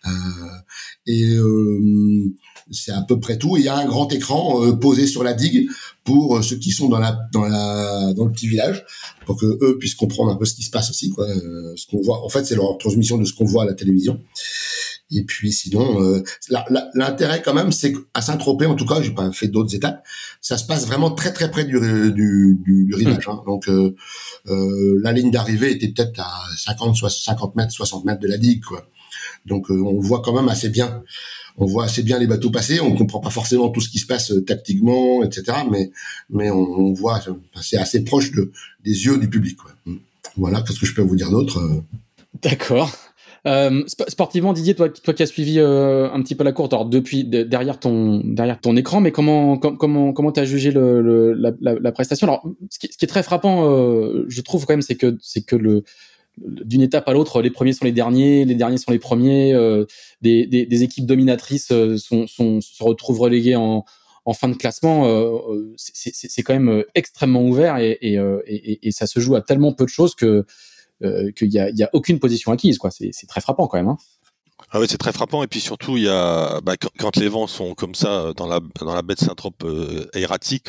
C'est à peu près tout. Et il y a un grand écran posé sur la digue pour ceux qui sont dans le petit village, pour que eux puissent comprendre un peu ce qui se passe aussi, quoi. Ce qu'on voit. En fait, c'est leur transmission de ce qu'on voit à la télévision. Et puis sinon, l'intérêt quand même, c'est qu'à Saint-Tropez, en tout cas, j'ai pas fait d'autres étapes, ça se passe vraiment très très près du rivage. Hein. Donc la ligne d'arrivée était peut-être à 50 mètres, 60 mètres de la digue, quoi. Donc on voit quand même assez bien. On voit assez bien les bateaux passer. On comprend pas forcément tout ce qui se passe tactiquement, etc. Mais on voit, c'est assez proche des yeux du public, quoi. Voilà, qu'est-ce que je peux vous dire d'autre? D'accord. Sportivement, Didier, toi qui as suivi un petit peu la course, alors depuis derrière ton écran, mais comment t'as jugé la prestation? Alors, ce qui est très frappant, je trouve quand même, c'est que d'une étape à l'autre, les premiers sont les derniers sont les premiers. Des équipes dominatrices se retrouvent reléguées en fin de classement. C'est quand même extrêmement ouvert et ça se joue à tellement peu de choses que qu'il y a aucune position acquise, quoi. C'est très frappant quand même, hein. Ah ouais, c'est très frappant. Et puis surtout, il y a quand les vents sont comme ça dans la baie de Saint-Trope erratique,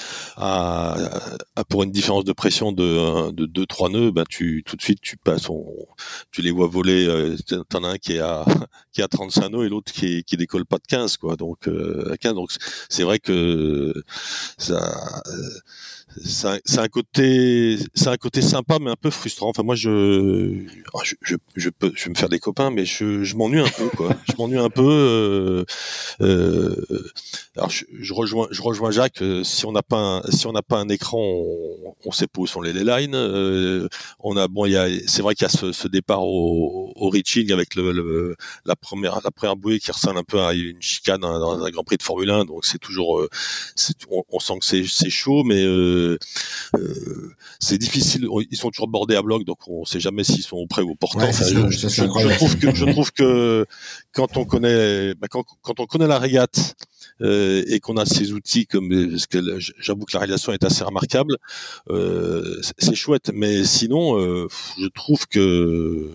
pour une différence de pression de 2-3 nœuds, tout de suite tu les vois voler. T'en as un qui est à 35 nœuds et l'autre qui décolle pas de 15, quoi. Donc à 15. Donc c'est vrai que ça. C'est un côté sympa mais un peu frustrant. Enfin moi je peux me faire des copains mais je m'ennuie un peu, quoi. Je m'ennuie un peu. Alors je rejoins Jacques. Si on n'a pas un écran, on sait pas où sont les lines. C'est vrai qu'il y a ce départ au reaching avec la première bouée qui ressemble un peu à une chicane dans un Grand Prix de Formule 1. Donc c'est toujours on sent que c'est chaud, mais c'est difficile. Ils sont toujours bordés à bloc, donc on sait jamais s'ils sont au près ou au portant. Ouais, je trouve que quand on connaît la régate et qu'on a ces outils parce que j'avoue que la réalisation est assez remarquable, c'est chouette. Mais sinon, je trouve que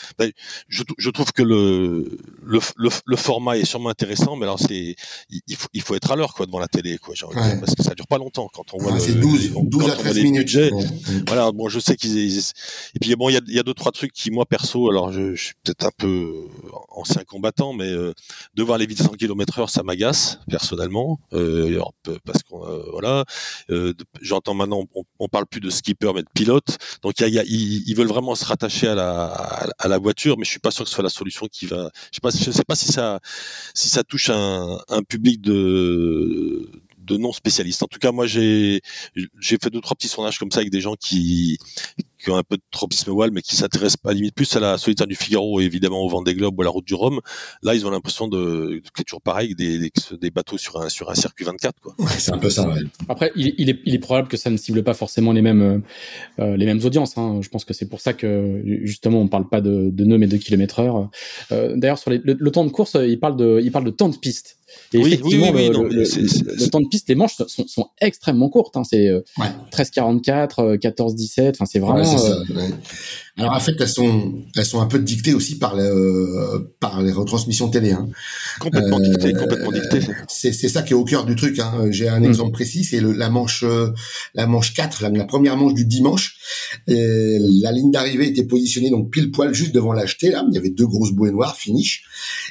le format est sûrement intéressant, mais alors il faut être à l'heure, quoi, devant la télé, quoi, parce que ça dure pas longtemps quand on voit c'est 12 à 13 minutes. Budgets. Voilà, bon, je sais et puis bon, il y a 2-3 trucs qui, moi perso, alors je suis peut-être un peu ancien combattant, mais de voir les vitesses en km/h, ça m'agace personnellement, parce qu'on j'entends maintenant on parle plus de skipper mais de pilote, donc ils veulent vraiment se rattacher à la voiture, mais je suis pas sûr que ce soit la solution qui va. Je sais pas si ça touche un public de non spécialistes. En tout cas, moi, j'ai fait 2-3 petits sondages comme ça avec des gens qui ont un peu de tropisme wall, mais qui s'intéressent pas, limite plus à la Solitaire du Figaro et évidemment au Vendée Globe ou à la Route du Rhum. Là, ils ont l'impression que c'est toujours pareil, des bateaux sur un circuit 24, quoi. Ouais, c'est un peu ça, ouais. Après, il est probable que ça ne cible pas forcément les mêmes audiences, hein. Je pense que c'est pour ça que, justement, on parle pas de nœuds, mais de km/h. D'ailleurs, sur le temps de course, il parle de temps de piste. Et effectivement, le temps de piste, les manches sont extrêmement courtes, hein. C'est 13:44, 14:17. Enfin, c'est vraiment. Ouais, c'est ça, ouais. Alors en fait, elles sont un peu dictées aussi par les retransmissions télé, hein. Complètement dictées. C'est ça qui est au cœur du truc, hein. J'ai un exemple précis, c'est la manche 4, la première manche du dimanche. La ligne d'arrivée était positionnée donc pile poil juste devant la jetée, là. Il y avait 2 grosses bouées noires, finish.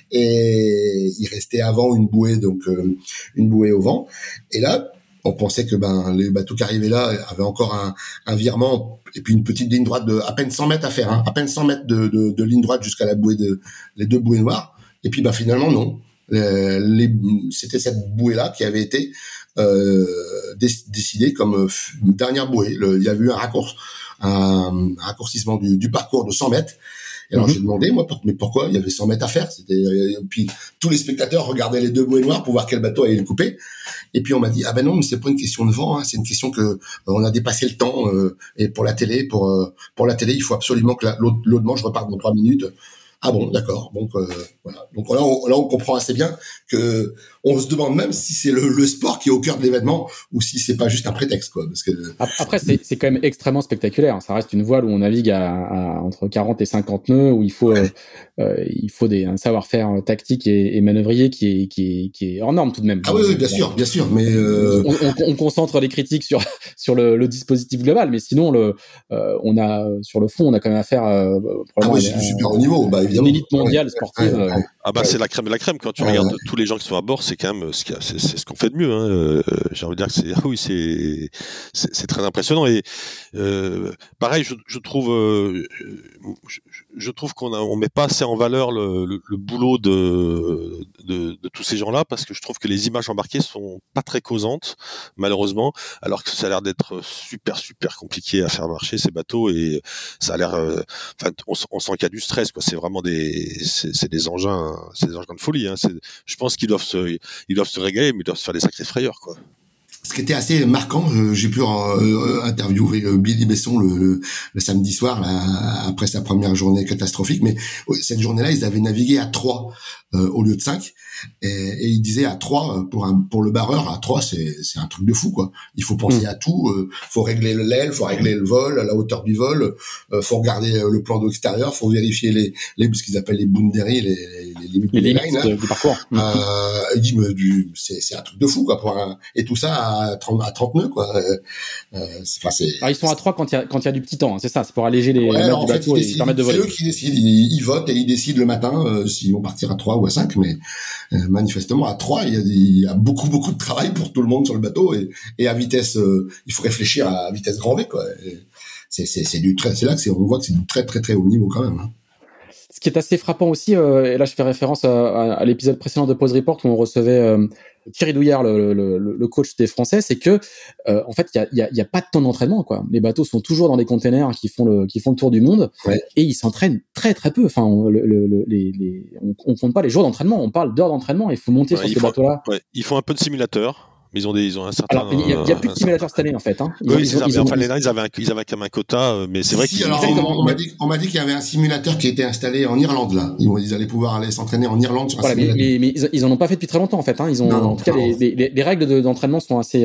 Et il restait avant une bouée au vent. Et là, on pensait que les bateaux qui arrivaient là avaient encore un virement et puis une petite ligne droite de à peine 100 mètres à faire, hein, à peine 100 mètres de ligne droite jusqu'à la bouée les 2 bouées noires. Et puis finalement non, c'était cette bouée là qui avait été décidée comme dernière bouée. Il y a eu un raccourcissement du parcours de 100 mètres. Et alors j'ai demandé, moi, mais pourquoi il y avait 100 mètres à faire. Puis tous les spectateurs regardaient les 2 bouées noires pour voir quel bateau allait le couper. Et puis on m'a dit, ah ben non, mais c'est pas une question de vent, hein, c'est une question que on a dépassé le temps. Et pour la télé, il faut absolument que l'autre manche reparte dans 3 minutes. Ah bon, d'accord. Donc voilà. Donc là, on comprend assez bien que on se demande même si c'est le sport qui est au cœur de l'événement ou si c'est pas juste un prétexte, quoi. Parce que après, c'est quand même extrêmement spectaculaire. Ça reste une voile où on navigue à entre 40 et 50 nœuds, où il faut un savoir-faire tactique et manœuvrier qui est hors norme tout de même. Ah oui, bien sûr. Mais on concentre les critiques sur le dispositif global, mais sinon on a sur le fond, on a quand même affaire c'est du super haut niveau. Une élite mondiale sportive. C'est la crème de la crème. Quand tu regardes tous les gens qui sont à bord, c'est quand même c'est ce qu'on fait de mieux, hein. J'ai envie de dire que c'est très impressionnant. Et pareil, je trouve qu'on met pas assez en valeur le boulot de tous ces gens-là, parce que je trouve que les images embarquées sont pas très causantes, malheureusement, alors que ça a l'air d'être super compliqué à faire marcher ces bateaux, et ça a l'air on sent qu'il y a du stress, quoi. C'est vraiment c'est des engins de folie, hein. Je pense qu'ils doivent se régaler, mais ils doivent se faire des sacrées frayeurs, quoi. Ce qui était assez marquant, j'ai pu interviewer Billy Besson le samedi soir, là, après sa première journée catastrophique. Mais cette journée-là, ils avaient navigué à 3 au lieu de 5. Et il disait à 3, pour le barreur, à 3, c'est un truc de fou, quoi. Il faut penser à tout. Faut régler l'aile, faut régler le vol, la hauteur du vol. Faut regarder le plan d'eau extérieur. Faut vérifier ce qu'ils appellent les boundaries, les limites du parcours. Il dit, c'est un truc de fou, quoi. Et tout ça à 30 nœuds, quoi. Alors, ils sont à 3 quand il y a du petit temps, hein, c'est ça, c'est pour alléger les du bateau et permettre de voler. C'est eux qui décident, ils votent et ils décident le matin s'ils vont partir à 3 ou à 5, mais manifestement à 3, il y a beaucoup de travail pour tout le monde sur le bateau et à vitesse, il faut réfléchir à vitesse grand V, quoi. C'est là que on voit que c'est du très très très haut niveau quand même, hein. Ce qui est assez frappant aussi, et là je fais référence à l'épisode précédent de Pause Report où on recevait Thierry Douillard, le coach des Français, c'est que en fait il y a pas de temps d'entraînement, quoi. Les bateaux sont toujours dans des containers qui font le tour du monde, ouais. Et ils s'entraînent très très peu. Enfin, on compte pas les jours d'entraînement, on parle d'heures d'entraînement. Il faut monter sur ces bateaux-là. Ouais, ils font un peu de simulateur. Mais ils ont un certain. Alors, il y a plus de simulateurs cette année, en fait, hein. Oui, c'est ça. Mais enfin, les derniers, ils avaient quand même un quota, mais c'est vrai qu'ils. Alors, on m'a dit qu'il y avait un simulateur qui était installé en Irlande, là. Ils allaient pouvoir aller s'entraîner en Irlande sur un simulateur. Mais ils en ont pas fait depuis très longtemps, en fait, hein. En tout cas, les règles d'entraînement sont assez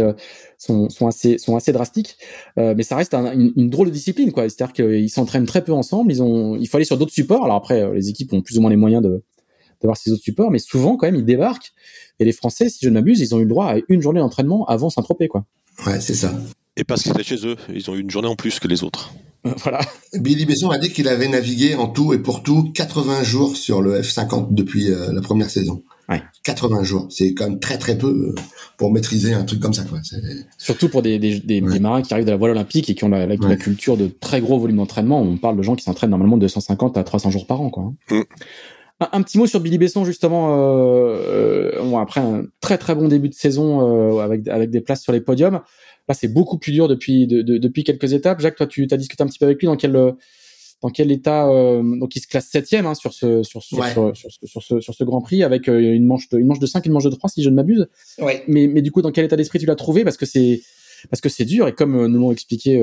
drastiques. Mais ça reste une drôle de discipline, quoi. C'est-à-dire qu'ils s'entraînent très peu ensemble. Il faut aller sur d'autres supports. Alors après, les équipes ont plus ou moins les moyens d'avoir ces autres supports, mais souvent, quand même, ils débarquent. Et les Français, si je ne m'abuse, ils ont eu le droit à une journée d'entraînement avant Saint-Tropez, quoi. Ouais, c'est ça. Et parce qu'ils étaient chez eux, ils ont eu une journée en plus que les autres. Voilà. Billy Besson a dit qu'il avait navigué en tout et pour tout 80 jours sur le F50 depuis la première saison. Ouais. 80 jours, c'est quand même très très peu pour maîtriser un truc comme ça, quoi. Surtout pour des marins qui arrivent de la voile olympique et qui ont la culture de très gros volumes d'entraînement. On parle de gens qui s'entraînent normalement de 250 à 300 jours par an, quoi. Un petit mot sur Billy Besson, justement, après un très très bon début de saison avec des places sur les podiums. Là, c'est beaucoup plus dur depuis quelques étapes. Jacques, toi, tu as discuté un petit peu avec lui dans quel état. Donc, il se classe 7e, hein, sur ce Grand Prix avec une manche de 5, une manche de 3, si je ne m'abuse. Ouais. Mais du coup, dans quel état d'esprit tu l'as trouvé? Parce que c'est dur, et comme nous l'a expliqué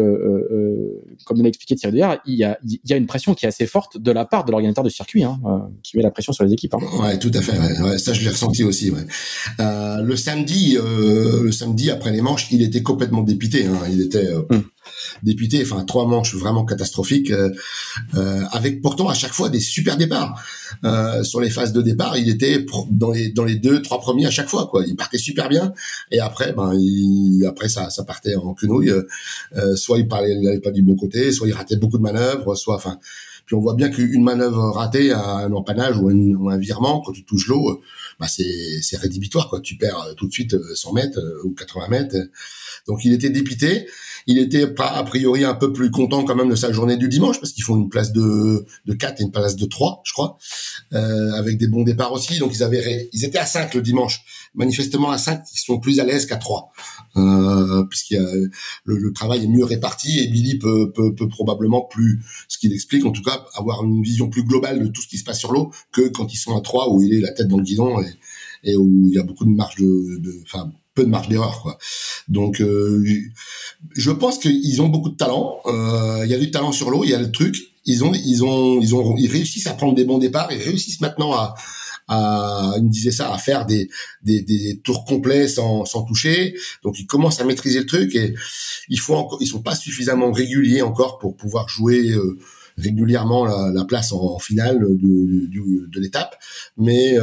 Thierry Douillard, il y a une pression qui est assez forte de la part de l'organisateur du circuit, hein, qui met la pression sur les équipes, hein. Ouais, tout à fait. Ouais, ça, je l'ai ressenti aussi. Ouais. Le samedi après les manches, il était complètement dépité, hein. Il était dépité. Enfin, 3 manches vraiment catastrophiques, avec pourtant à chaque fois des super départs. Sur les phases de départ, il était dans les 2-3 premiers à chaque fois, quoi. Il partait super bien, et après, après ça partait en quenouille. Soit il allait pas du bon côté, soit il ratait beaucoup de manœuvres, puis on voit bien qu'une manœuvre ratée, un empannage ou un virement, quand tu touches l'eau, c'est rédhibitoire, quoi. Tu perds tout de suite 100 mètres ou 80 mètres. Donc il était dépité. Il était a priori un peu plus content quand même de sa journée du dimanche, parce qu'ils font une place de 4 et une place de 3, je crois, avec des bons départs aussi. Donc ils étaient à 5 le dimanche. Manifestement à 5, ils sont plus à l'aise qu'à 3, puisqu'il y a le travail est mieux réparti, et Billy peut probablement plus, ce qu'il explique en tout cas, avoir une vision plus globale de tout ce qui se passe sur l'eau que quand ils sont à 3, où il est la tête dans le guidon et où il y a beaucoup de marge peu de marge d'erreur, quoi. Donc je pense qu'ils ont beaucoup de talent. Il y a du talent sur l'eau, il y a le truc. Ils réussissent à prendre des bons départs. Ils réussissent maintenant il me disait ça, à faire des tours complets sans toucher. Donc ils commencent à maîtriser le truc, et ils sont pas suffisamment réguliers encore pour pouvoir jouer régulièrement la place en finale de l'étape. Mais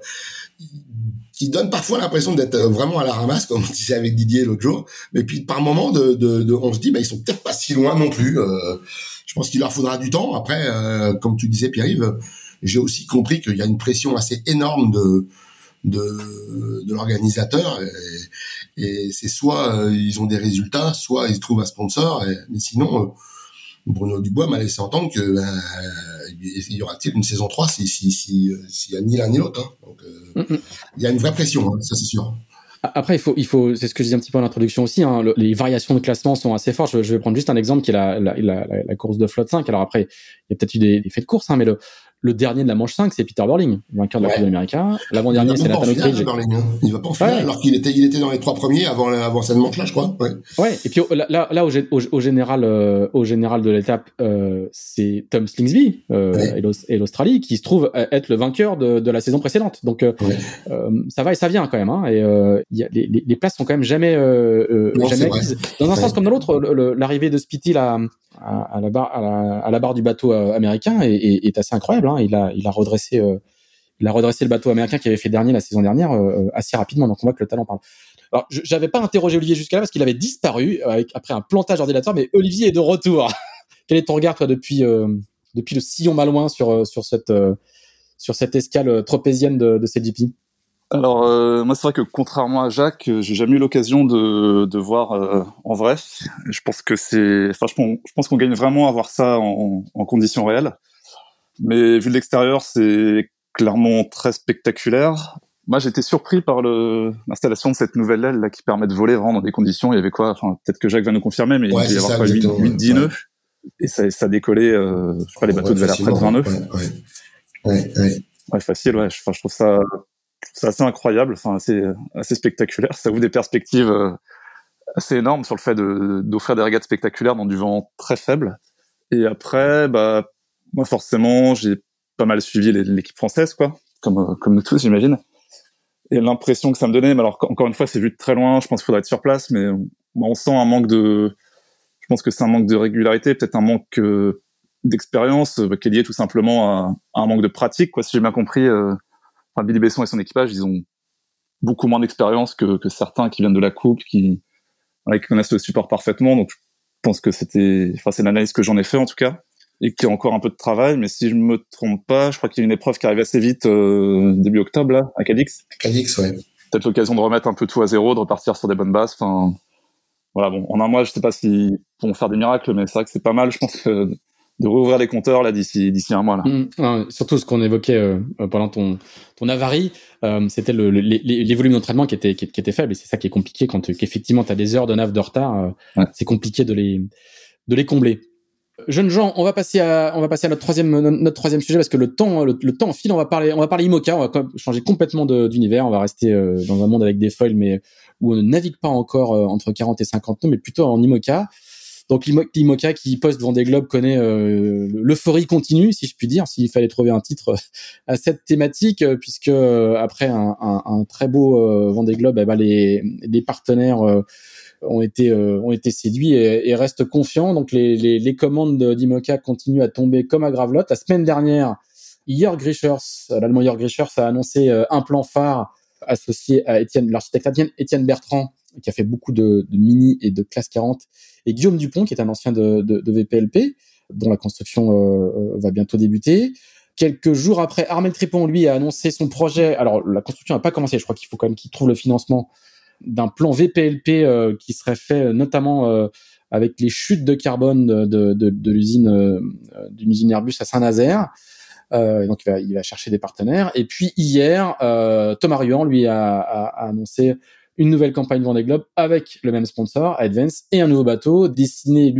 qui donne parfois l'impression d'être vraiment à la ramasse, comme on disait avec Didier l'autre jour. Mais puis par moment, on se dit, ils sont peut-être pas si loin non plus. Je pense qu'il leur faudra du temps. Après, comme tu disais, Pierre-Yves, j'ai aussi compris qu'il y a une pression assez énorme de l'organisateur, et c'est soit ils ont des résultats, soit ils trouvent un sponsor. Mais sinon, Bruno Dubois m'a laissé entendre que il y aura-t-il une saison 3 s'il y a ni l'un ni l'autre, hein. Donc il y a une vraie pression, hein, ça c'est sûr. Après, il faut, c'est ce que je disais un petit peu en introduction aussi, hein, les variations de classement sont assez fortes. Je vais prendre juste un exemple qui est la course de flotte 5. Alors après, il y a peut-être eu des faits de course, hein, mais Le dernier de la manche 5, c'est Peter Burling, vainqueur de la Coupe américaine. L'avant-dernier, c'est Nathan O'Cridge. Il va pas en finale, alors qu'il était dans les 3 premiers avant cette manche-là, je crois. Ouais. Et puis là, au général de l'étape, c'est Tom Slingsby et l'Australie qui se trouve être le vainqueur de la saison précédente. Donc ça va et ça vient quand même. Hein, et les places sont quand même jamais acquises. Dans un sens comme dans l'autre, l'arrivée de Spiti à la barre du bateau américain est assez incroyable. Hein. Il a redressé le bateau américain qui avait fait dernier la saison dernière assez rapidement. Donc on voit que le talent parle. Alors j'avais pas interrogé Olivier jusqu'à là parce qu'il avait disparu après un plantage d'ordinateur, mais Olivier est de retour. Quel est ton regard toi depuis le sillon malouin sur cette escale tropézienne de CGP? Alors moi c'est vrai que contrairement à Jacques, j'ai jamais eu l'occasion de voir en vrai. Je pense que je pense qu'on gagne vraiment à voir ça en conditions réelles. Mais vu de l'extérieur, c'est clairement très spectaculaire. Moi, j'étais surpris par l'installation de cette nouvelle aile là qui permet de voler vraiment dans des conditions. Il y avait quoi, enfin peut-être que Jacques va nous confirmer, mais il devait y avoir quoi, 8-10 nœuds. Et ça décollait, je crois les bateaux devaient aller à près de 20 nœuds. Ouais, facile, ouais. Je trouve ça assez incroyable, enfin assez spectaculaire. Ça ouvre des perspectives assez énormes sur le fait d'offrir des régates spectaculaires dans du vent très faible. Et après, moi forcément, j'ai pas mal suivi l'équipe française, quoi, comme nous tous, j'imagine. Et l'impression que ça me donnait, mais alors encore une fois, c'est vu de très loin. Je pense qu'il faudrait être sur place, mais on sent un manque je pense que c'est un manque de régularité, peut-être un manque d'expérience, qui est lié tout simplement à un manque de pratique, quoi. Si j'ai bien compris, Billy Besson et son équipage, ils ont beaucoup moins d'expérience que certains qui viennent de la coupe, qui connaissent le support parfaitement. Donc, je pense que c'est l'analyse que j'en ai fait, en tout cas, et qu'il y a encore un peu de travail. Mais si je me trompe pas, je crois qu'il y a une épreuve qui arrive assez vite, début octobre, là, à Cadix. Cadix, ouais. Peut-être l'occasion de remettre un peu tout à zéro, de repartir sur des bonnes bases. Enfin, voilà, bon, en un mois, je sais pas s'ils pourront faire des miracles, mais c'est vrai que c'est pas mal, je pense, de rouvrir les compteurs là d'ici un mois là. Surtout ce qu'on évoquait pendant ton avarie, c'était les volumes d'entraînement qui étaient faibles, et c'est ça qui est compliqué quand qu'effectivement tu as des heures de nav de retard, c'est compliqué de les combler. Jeunes gens, on va passer à notre troisième sujet parce que le temps file. On va parler IMOCA, on va changer complètement d'univers, on va rester dans un monde avec des foils mais où on ne navigue pas encore entre 40 et 50 nœuds, mais plutôt en IMOCA. Donc l'IMOCA qui poste Vendée Globe connaît l'euphorie continue, si je puis dire, s'il fallait trouver un titre à cette thématique, puisque après un très beau Vendée Globe, les partenaires ont été séduits et restent confiants. Donc les commandes d'IMOCA continuent à tomber comme à gravelotte. La semaine dernière, l'allemand Jörg Grischers a annoncé un plan phare associé à l'architecte Étienne Bertrand, qui a fait beaucoup de mini et de classe 40, et Guillaume Dupont, qui est un ancien de VPLP, dont la construction va bientôt débuter. Quelques jours après, Armel Tripon, lui, a annoncé son projet. Alors, la construction n'a pas commencé. Je crois qu'il faut quand même qu'il trouve le financement d'un plan VPLP qui serait fait notamment avec les chutes de carbone de d'une usine Airbus à Saint-Nazaire. Donc il va chercher des partenaires. Et puis hier, Thomas Ruan, lui, a annoncé une nouvelle campagne Vendée Globe avec le même sponsor, Advance, et un nouveau bateau designé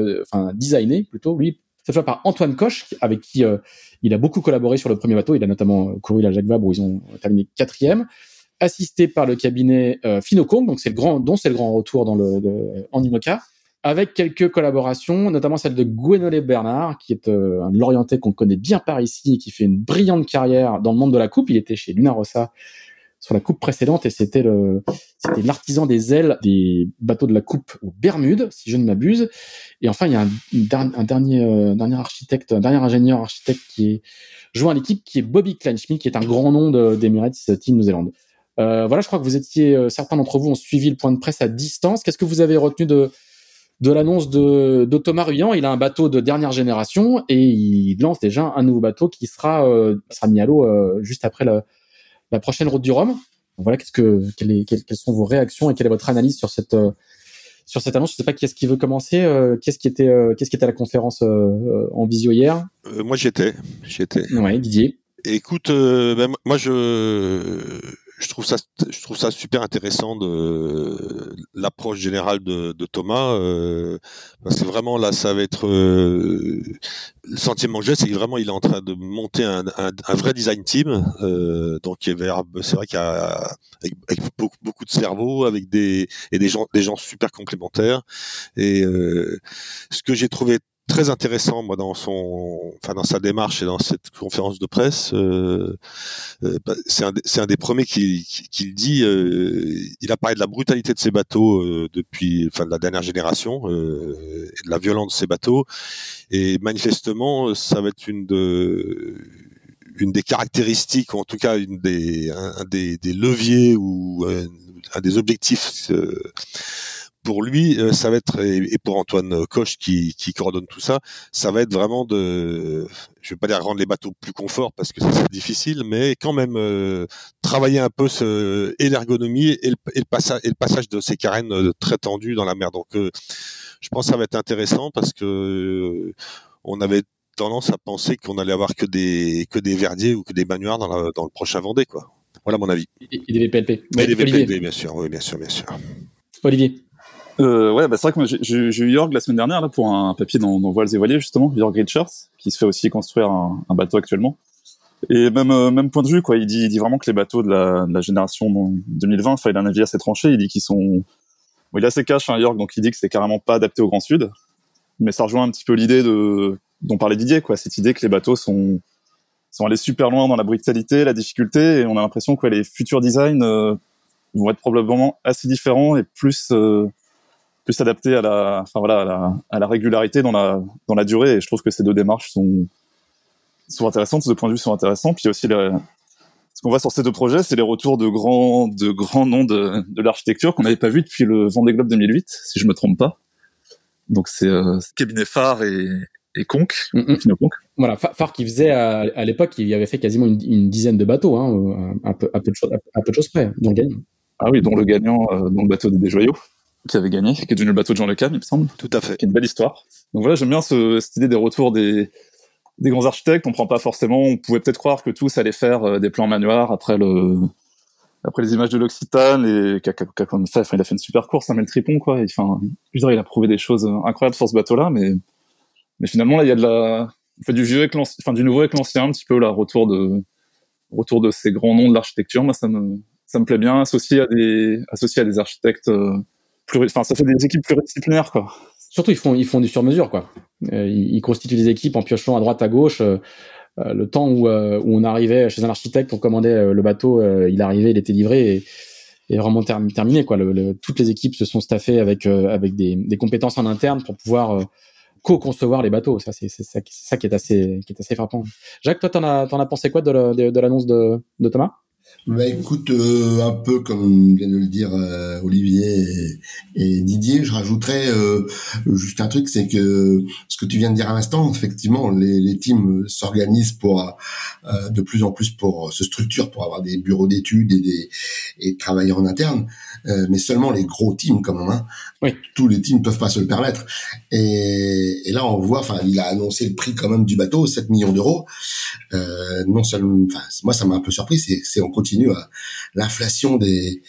plutôt, cette fois par Antoine Coche, avec qui il a beaucoup collaboré sur le premier bateau. Il a notamment couru la Jacques Vabre où ils ont terminé 4e, assisté par le cabinet Finocom, donc c'est le grand retour en IMOCA, avec quelques collaborations, notamment celle de Gwenolé Bernard, qui est un Lorientais qu'on connaît bien par ici et qui fait une brillante carrière dans le monde de la coupe. Il était chez Luna Rossa sur la coupe précédente et c'était l'artisan des ailes des bateaux de la coupe aux Bermudes, si je ne m'abuse. Et enfin, il y a un dernier ingénieur architecte qui est joint à l'équipe, qui est Bobby Kleinschmidt, qui est un grand nom d'Emirates Team New Zealand. Voilà, je crois que vous étiez, certains d'entre vous ont suivi le point de presse à distance. Qu'est-ce que vous avez retenu de l'annonce de Thomas Ruan? Il a un bateau de dernière génération et il lance déjà un nouveau bateau qui sera mis à l'eau juste après la prochaine route du Rhum. Donc voilà, quelles sont vos réactions et quelle est votre analyse sur cette annonce? Je sais pas qui est-ce qui veut commencer. Qu'est-ce qui était à la conférence en visio hier? Moi j'y étais. Ouais, Didier. Écoute, moi je je trouve ça super intéressant de l'approche générale de Thomas, parce que vraiment là, ça va être le sentiment que j'ai, c'est que vraiment il est en train de monter un vrai design team. Donc c'est vrai qu'il y a avec beaucoup de cerveaux, avec des gens super complémentaires. Et ce que j'ai trouvé très intéressant, moi, dans sa démarche et dans cette conférence de presse, c'est un des premiers qui le dit. Il a parlé de la brutalité de ces bateaux depuis, de la dernière génération, et de la violence de ces bateaux. Et manifestement, ça va être une des caractéristiques, ou en tout cas un des leviers ou un des objectifs. Pour lui, ça va être, et pour Antoine Coche qui coordonne tout ça, ça va être vraiment je vais pas dire rendre les bateaux plus confort parce que c'est difficile, mais quand même travailler un peu et l'ergonomie et le passage de ces carènes très tendues dans la mer. Donc, je pense que ça va être intéressant parce que on avait tendance à penser qu'on allait avoir que des Verdier ou que des Bagnouard dans le prochain Vendée, quoi. Voilà mon avis. Et des VPLP. Et des VPLP, bien sûr. Oui, bien sûr. Olivier. C'est vrai que moi, j'ai eu Jörg la semaine dernière là pour un papier dans Voiles et Voiliers, justement, Jörg Richards, qui se fait aussi construire un bateau actuellement. Et même point de vue, quoi. Il dit vraiment que les bateaux de la génération 2020, il a un avis assez tranché. Il dit qu'ils sont, il est assez cash, Jörg, donc il dit que c'est carrément pas adapté au Grand Sud. Mais ça rejoint un petit peu l'idée dont parlait Didier, quoi. Cette idée que les bateaux sont allés super loin dans la brutalité, la difficulté, et on a l'impression que les futurs designs vont être probablement assez différents et plus adaptés à la régularité dans la durée. Et je trouve que ces deux démarches sont intéressantes, ces deux points de vue sont intéressants. Puis aussi ce qu'on voit sur ces deux projets, c'est les retours de grands noms de l'architecture qu'on n'avait pas vu depuis le Vendée Globe 2008, si je me trompe pas. Donc c'est cabinet Phare et Conque, Conque. Voilà, Phare qui faisait à l'époque, il avait fait quasiment une dizaine de bateaux, un peu de choses près, dont le gagnant. Ah oui, dont le gagnant, dont le bateau des Joyaux, qui avait gagné, qui est devenu le bateau de Jean Le Cam, il me semble. Tout à fait. Qui est une belle histoire. Donc voilà, j'aime bien cette idée des retours des grands architectes. On pouvait peut-être croire que tous allaient faire des plans Manuart après les images de l'Occitane, et il a fait une super course, mais le Tripon, quoi. Il a prouvé des choses incroyables sur ce bateau-là, mais finalement, là, il y a du vieux avec l'ancien, du nouveau avec l'ancien, un petit peu, là, retour de ces grands noms de l'architecture. Moi, ça me plaît bien, associé à des architectes, ça fait des équipes pluridisciplinaires, quoi. Surtout, ils font du sur-mesure, quoi. Ils constituent des équipes en piochant à droite, à gauche. Le temps où on arrivait chez un architecte, on commandait le bateau, il arrivait, il était livré et vraiment terminé, quoi. Toutes les équipes se sont staffées avec des compétences en interne pour pouvoir co-concevoir les bateaux. Ça, c'est ça qui est assez frappant. Jacques, toi, t'en as pensé quoi de l'annonce de Thomas? Bah écoute, un peu comme vient de le dire Olivier et Didier, je rajouterais juste un truc, c'est que ce que tu viens de dire à l'instant, effectivement, les teams s'organisent pour de plus en plus pour se structurer pour avoir des bureaux d'études et travailler en interne, mais seulement les gros teams quand même. Hein. Oui. Tous les teams peuvent pas se le permettre. Et là on voit, il a annoncé le prix quand même du bateau, 7 millions d'euros. Non seulement, moi ça m'a un peu surpris, c'est on continue à l'inflation des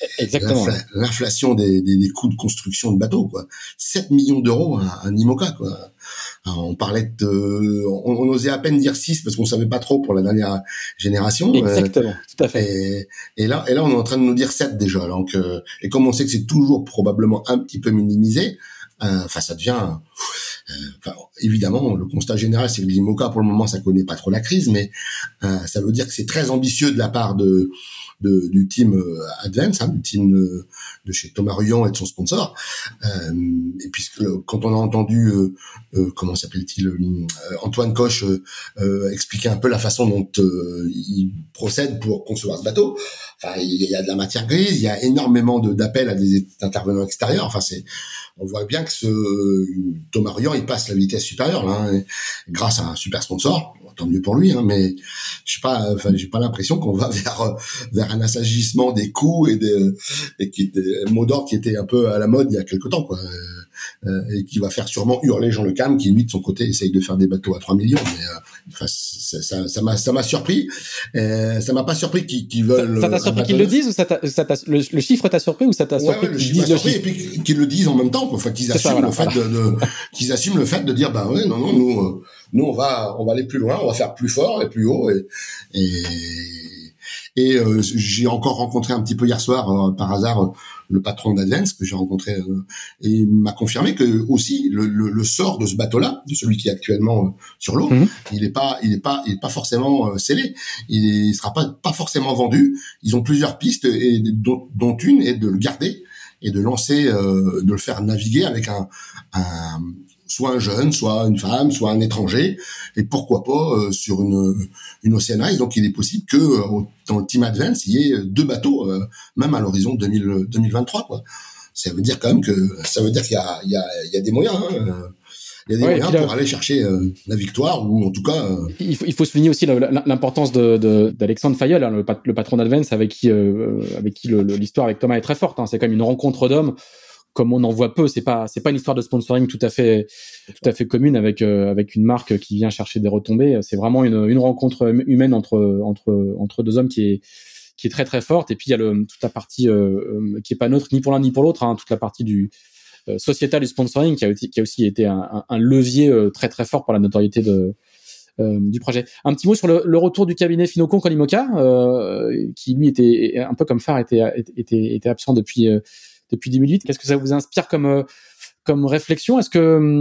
coûts de construction de bateaux, quoi. 7 millions d'euros un IMOCA, quoi. Alors, on parlait on osait à peine dire 6 parce qu'on savait pas trop pour la dernière génération. Exactement, tout à fait. Et là on est en train de nous dire 7 déjà. Donc et comme on sait que c'est toujours probablement un petit peu minimisé, ça devient évidemment, le constat général, c'est que l'IMOCA, pour le moment, ça connaît pas trop la crise, mais ça veut dire que c'est très ambitieux de la part du team Advance, du team de chez Thomas Ruyant et de son sponsor. Et puisque quand on a entendu comment s'appelle-t-il, Antoine Coche expliquer un peu la façon dont il procède pour concevoir ce bateau, il y a de la matière grise, il y a énormément d'appels à des intervenants extérieurs. On voit bien que Thomas Ruyant, il passe la vitesse supérieure là, grâce à un super sponsor. Tant mieux pour lui, hein, mais j'ai pas l'impression qu'on va vers un assagissement des coûts et des mots d'ordre qui étaient un peu à la mode il y a quelque temps, quoi. et qui va faire sûrement hurler Jean Le Cam, qui lui de son côté essaye de faire des bateaux à 3 millions. Mais ça m'a surpris. Ça m'a pas surpris qu'ils veulent. Ça t'a surpris qu'ils le disent, ou le chiffre t'a surpris, ou ça t'a surpris qu'ils disent le chiffre? Et puis qu'ils le disent en même temps, quoi. Enfin, qu'ils assument le fait qu'ils assument le fait de dire, bah ouais, non, nous on va aller plus loin, on va faire plus fort et plus haut, et j'ai encore rencontré un petit peu hier soir par hasard le patron d'Advance que j'ai rencontré, et il m'a confirmé que aussi le sort de ce bateau-là, de celui qui est actuellement sur l'eau, il est pas forcément scellé, il sera pas forcément vendu. Ils ont plusieurs pistes, et dont une est de le garder et de lancer, de le faire naviguer avec soit un jeune, soit une femme, soit un étranger, et pourquoi pas sur une Oceanize. Donc il est possible que dans le Team Advance, il y ait 2 bateaux, même à l'horizon 2023, quoi. Ça veut dire quand même qu'il y a des moyens. Il y a des moyens pour aller chercher la victoire, ou en tout cas. Il faut souligner aussi l'importance d'Alexandre Fayol, hein, le patron d'Advance, avec qui l'histoire avec Thomas est très forte. Hein. C'est quand même une rencontre d'hommes comme on en voit peu. C'est pas une histoire de sponsoring tout à fait commune avec une marque qui vient chercher des retombées. C'est vraiment une rencontre humaine entre 2 hommes qui est très très forte. Et puis il y a toute la partie qui est pas neutre ni pour l'un ni pour l'autre, hein, toute la partie du sociétal du sponsoring qui a aussi été un levier très très fort pour la notoriété du projet. Un petit mot sur le retour du cabinet Finocon Colimoca, qui lui était un peu comme phare, était absent depuis 2008. Qu'est-ce que ça vous inspire comme réflexion? Est-ce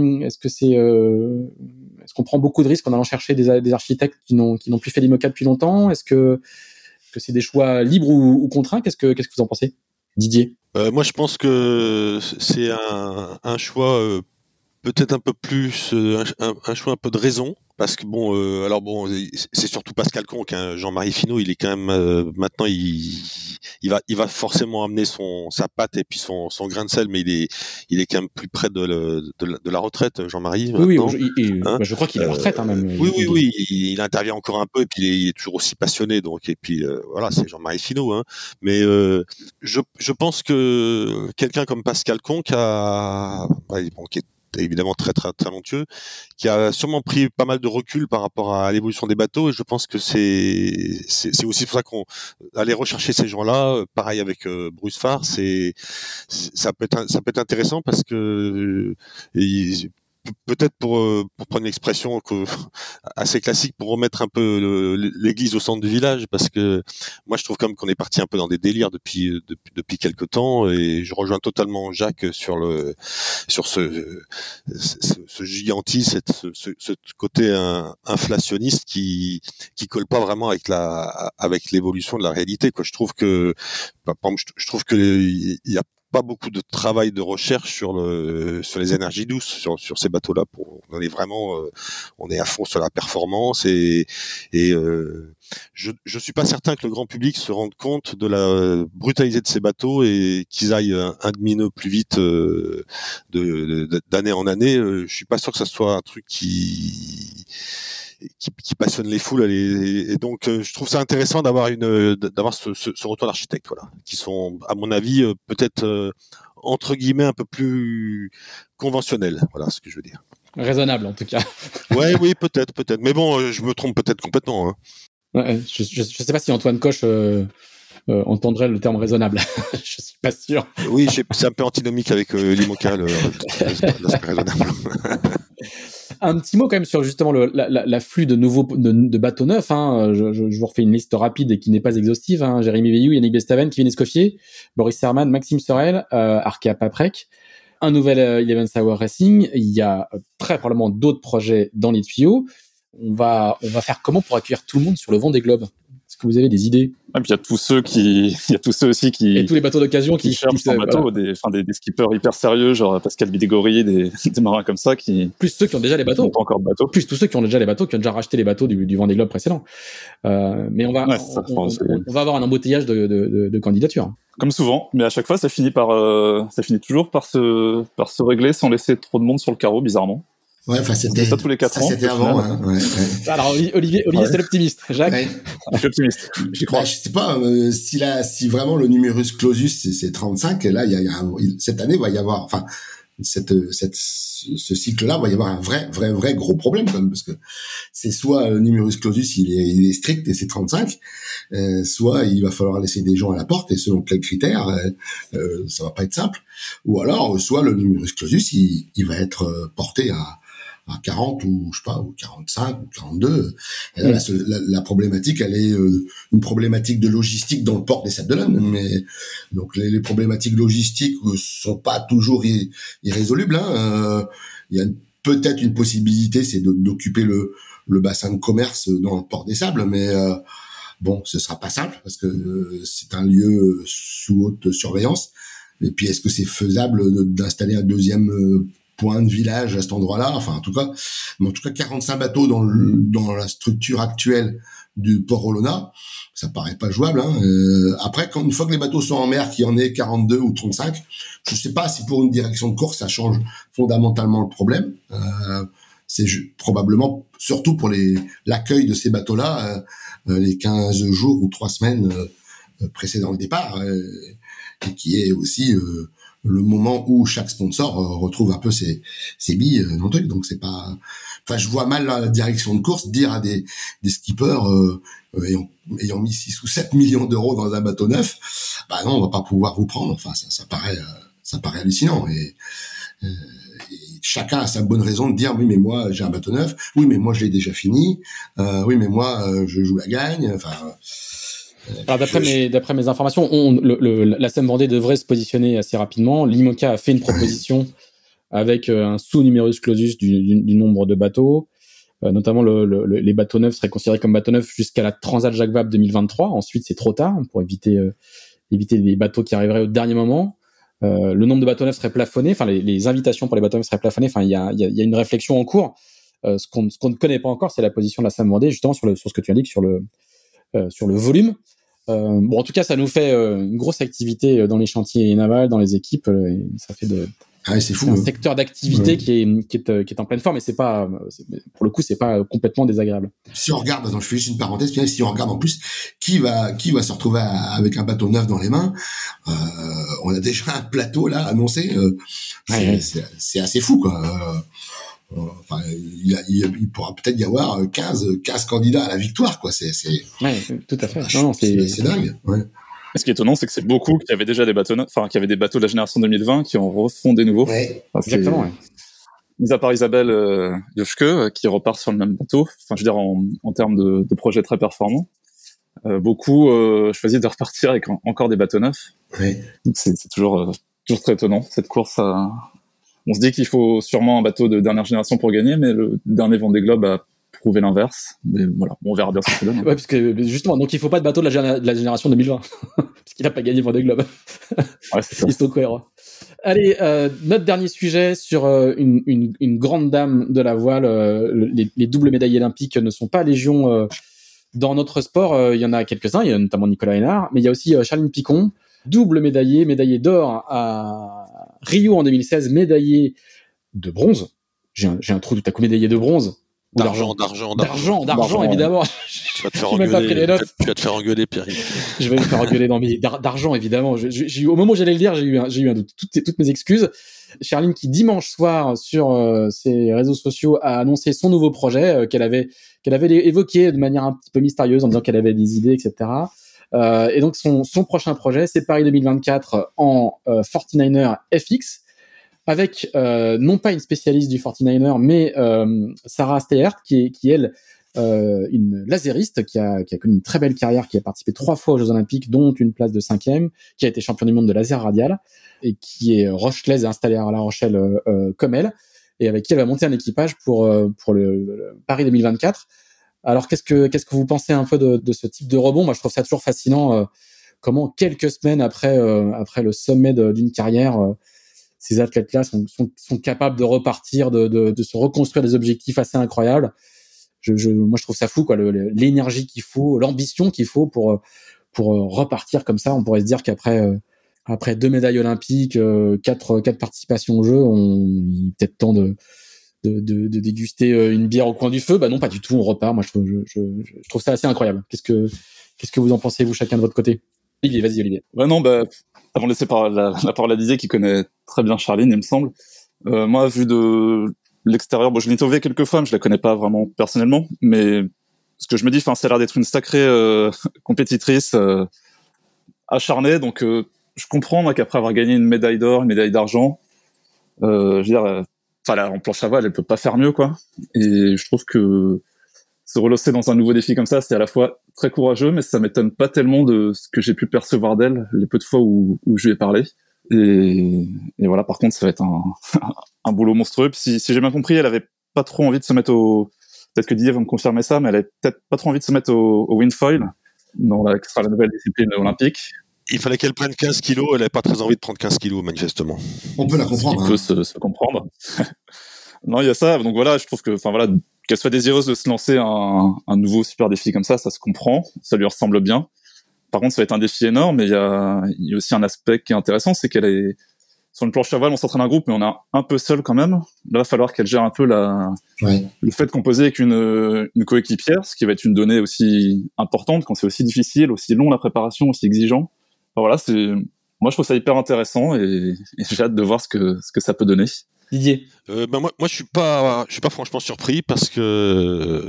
qu'on prend beaucoup de risques en allant chercher des architectes qui n'ont plus fait l'IMOCA depuis longtemps? Est-ce que c'est des choix libres ou contraints? Qu'est-ce que vous en pensez, Didier? Moi, je pense que c'est un choix peut-être un peu plus un choix un peu de raison, parce que c'est surtout Pascal Conque, hein. Jean-Marie Finot, il est quand même maintenant il va forcément amener sa patte et puis son grain de sel, mais il est quand même plus près de la retraite, Jean-Marie. Oui, je crois qu'il est à la retraite, hein, même. Oui, il intervient encore un peu, et puis il est toujours aussi passionné, donc, et puis voilà, c'est Jean-Marie Finot, hein. Mais je pense que quelqu'un comme Pascal Conque qui est évidemment très très talentueux, qui a sûrement pris pas mal de recul par rapport à l'évolution des bateaux, et je pense que c'est aussi pour ça qu'on aller rechercher ces gens-là. Pareil avec Bruce Farr, ça peut être intéressant, parce que peut-être pour prendre une expression assez classique, pour remettre un peu l'église au centre du village, parce que moi je trouve quand même qu'on est parti un peu dans des délires depuis quelque temps, et je rejoins totalement Jacques sur ce gigantisme, ce côté inflationniste qui colle pas vraiment avec l'évolution de la réalité, quoi. Je trouve que il y a pas beaucoup de travail de recherche sur les énergies douces sur ces bateaux-là. On est à fond sur la performance, et je suis pas certain que le grand public se rende compte de la brutalité de ces bateaux, et qu'ils aillent un demi-nœud plus vite d'année en année. Je suis pas sûr que ça soit un truc qui passionne les foules, et donc je trouve ça intéressant d'avoir ce retour d'architectes, voilà, qui sont, à mon avis, peut-être entre guillemets un peu plus conventionnels, voilà ce que je veux dire. Raisonnable, en tout cas. Oui, peut-être, mais bon, je me trompe peut-être complètement, hein. Ouais, je sais pas si Antoine Coche entendrait le terme raisonable. Je suis pas sûr. Oui, c'est un peu antinomique avec l'IMOCA, l'aspect raisonnable. Un petit mot quand même sur justement l'afflux de bateaux neufs, hein. Je vous refais une liste rapide et qui n'est pas exhaustive, hein. Jérémy Veillou, Yannick Bestaven, Kevin Escoffier, Boris Serman, Maxime Sorel, Arkea Paprec, un nouvel Eleven Hour Racing. Il y a très probablement d'autres projets dans les tuyaux. On va faire comment pour accueillir tout le monde sur le Vendée Globe? Est-ce que vous avez des idées? Et puis il y a tous ceux aussi qui et tous les bateaux d'occasion qui cherchent un bateau, voilà. des skippers hyper sérieux, genre Pascal Bidégory, des marins comme ça, qui plus ceux qui ont déjà les bateaux, pas encore de bateau, plus tous ceux qui ont déjà les bateaux, qui ont déjà racheté les bateaux du Vendée Globe précédent. Mais on va avoir un embouteillage de candidatures. Comme souvent, mais à chaque fois ça finit toujours par se régler sans laisser trop de monde sur le carreau, bizarrement. Ouais, enfin c'était ça tous les 4 ans. C'était avant. Hein, ouais. Alors Olivier, c'est l'optimiste. Jacques, ouais. Je suis optimiste. J'y crois. Je sais pas si vraiment le numerus clausus c'est 35. Et là, cette année va y avoir. Enfin, ce cycle-là, va y avoir un vrai gros problème quand même, parce que c'est soit le numerus clausus il est strict et c'est 35, soit il va falloir laisser des gens à la porte et selon quels critères, ça va pas être simple, ou alors soit le numerus clausus il va être porté à 40 ou je sais pas, ou 45 ou 42. Et là, la problématique, elle est une problématique de logistique dans le port des Sables d'Olonne, mais donc les problématiques logistiques sont pas toujours irrésolubles. Il y a peut-être une possibilité, c'est d'occuper le bassin de commerce dans le port des Sables, mais bon, ce sera pas simple parce que c'est un lieu sous haute surveillance. Et puis, est-ce que c'est faisable d'installer un deuxième point de village à cet endroit-là? Enfin, en tout cas 45 bateaux dans la structure actuelle du port Olona, ça paraît pas jouable. Après, une fois que les bateaux sont en mer, qu'il y en ait 42 ou 35, je sais pas si pour une direction de course ça change fondamentalement le problème. C'est probablement surtout pour l'accueil de ces bateaux-là, les 15 jours ou 3 semaines précédant le départ, et qui est aussi le moment où chaque sponsor retrouve un peu ses billes dans le truc. Donc c'est pas, enfin, je vois mal la direction de course dire à des skippers ayant mis 6 ou 7 millions d'euros dans un bateau neuf, bah non, on va pas pouvoir vous prendre. Enfin, ça paraît hallucinant. Et chacun a sa bonne raison de dire oui, mais moi j'ai un bateau neuf, oui, mais moi je l'ai déjà fini, oui, mais moi je joue la gagne. Enfin, alors d'après mes informations, la SEM Vendée devrait se positionner assez rapidement. L'IMOCA a fait une proposition avec un sous-numerus clausus du nombre de bateaux. Notamment les bateaux neufs seraient considérés comme bateaux neufs jusqu'à la Transat Jacques Vabre 2023. Ensuite, c'est trop tard pour éviter les bateaux qui arriveraient au dernier moment. Le nombre de bateaux neufs serait plafonné. Enfin, les invitations pour les bateaux neufs seraient plafonnées. Enfin, il y a une réflexion en cours. Ce qu'on ne connaît pas encore, c'est la position de la SEM Vendée, justement sur ce que tu indiques sur le volume. Bon, en tout cas, ça nous fait une grosse activité dans les chantiers navals, dans les équipes. Et ça fait c'est fou, un secteur d'activité qui est en pleine forme, et pour le coup, c'est pas complètement désagréable. Si on regarde, je fais juste une parenthèse, si on regarde en plus qui va se retrouver avec un bateau neuf dans les mains, on a déjà un plateau là annoncé. C'est assez fou, quoi. Enfin, il pourra peut-être y avoir 15 candidats à la victoire, quoi. Ouais, tout à fait. C'est dingue. Ouais. Ce qui est étonnant, c'est que c'est beaucoup qui avaient déjà des bateaux, qu'il y avait des bateaux de la génération 2020 qui en refont des nouveaux. Ouais. Enfin, exactement. Ouais. Mis à part Isabelle Yoshke, qui repart sur le même bateau. Enfin, je veux dire, en termes de projets très performants. Beaucoup choisissent de repartir avec encore des bateaux neufs. Ouais. Donc c'est toujours très étonnant, cette course. On se dit qu'il faut sûrement un bateau de dernière génération pour gagner, mais le dernier Vendée Globe a prouvé l'inverse. Mais voilà, on verra bien ce que ça donne. Ouais, parce que justement, donc il faut pas de bateau de la génération 2020, parce qu'il a pas gagné le Vendée Globe. Ouais, c'est ça. Ils sont cohérents. Allez, notre dernier sujet sur une grande dame de la voile. Les doubles médaillés olympiques ne sont pas légion dans notre sport. Il y en a quelques-uns, il y a notamment Nicolas Hénard, mais il y a aussi Charline Picon, double médaillé d'or à Rio en 2016, médaillé de bronze. J'ai un trou tout à coup, médaillé de bronze. D'argent, évidemment. Tu vas te faire engueuler. Tu vas te faire engueuler, Pierre. Je vais me faire engueuler, non, mais d'argent, évidemment. Au moment où j'allais le dire, j'ai eu un doute. Toutes mes excuses. Charline qui, dimanche soir, sur ses réseaux sociaux, a annoncé son nouveau projet qu'elle avait évoqué de manière un petit peu mystérieuse en disant qu'elle avait des idées, etc. Et donc, son prochain projet, c'est Paris 2024 en 49er FX, avec non pas une spécialiste du 49er, mais Sarah Steyert, qui elle, une lasériste qui a connu une très belle carrière, qui a participé 3 fois aux Jeux Olympiques, dont une place de 5e, qui a été championne du monde de laser radial, et qui est rochelaise et installée à La Rochelle comme elle, et avec qui elle va monter un équipage pour le Paris 2024. Alors, qu'est-ce que vous pensez un peu de ce type de rebond? Moi, je trouve ça toujours fascinant, comment quelques semaines après le sommet d'une carrière, ces athlètes-là sont capables de repartir, de se reconstruire des objectifs assez incroyables. Moi, je trouve ça fou, quoi, l'énergie qu'il faut, l'ambition qu'il faut pour repartir comme ça. On pourrait se dire qu'après 2 médailles olympiques, 4 participations aux Jeux, il est peut-être temps de déguster une bière au coin du feu. Bah non, pas du tout, on repart. Moi, je trouve ça assez incroyable. Qu'est-ce que vous en pensez, vous, chacun de votre côté? Olivier, vas-y, Olivier. Avant de laisser la parole à Didier, qui connaît très bien Charline, il me semble. Moi, vu de l'extérieur, bon, je l'ai interviewée quelques fois, mais je la connais pas vraiment personnellement, mais ce que je me dis, ça a l'air d'être une sacrée compétitrice acharnée, donc je comprends moi qu'après avoir gagné une médaille d'or, une médaille d'argent, je veux dire, là, en planche à voile, elle peut pas faire mieux, quoi. Et je trouve que se relancer dans un nouveau défi comme ça, c'est à la fois très courageux, mais ça m'étonne pas tellement de ce que j'ai pu percevoir d'elle les peu de fois où je lui ai parlé. Et voilà, par contre, ça va être un boulot monstrueux. Puis si j'ai bien compris, elle avait pas trop envie de se mettre peut-être que Didier va me confirmer ça, mais elle avait peut-être pas trop envie de se mettre au windfoil, qui sera la nouvelle discipline olympique. Il fallait qu'elle prenne 15 kilos, elle n'avait pas très envie de prendre 15 kilos, manifestement. On peut la comprendre. On peut se comprendre. Non, il y a ça. Donc voilà, je trouve que, qu'elle soit désireuse de se lancer un nouveau super défi comme ça se comprend. Ça lui ressemble bien. Par contre, ça va être un défi énorme, mais il y a aussi un aspect qui est intéressant, c'est qu'elle est sur une planche à voile, on s'entraîne en groupe, mais on est un peu seul quand même. Là, il va falloir qu'elle gère un peu le fait de composer avec une coéquipière, ce qui va être une donnée aussi importante quand c'est aussi difficile, aussi long la préparation, aussi exigeant. Voilà, moi je trouve ça hyper intéressant et j'ai hâte de voir ce que ça peut donner. Didier. Moi je suis pas franchement surpris parce que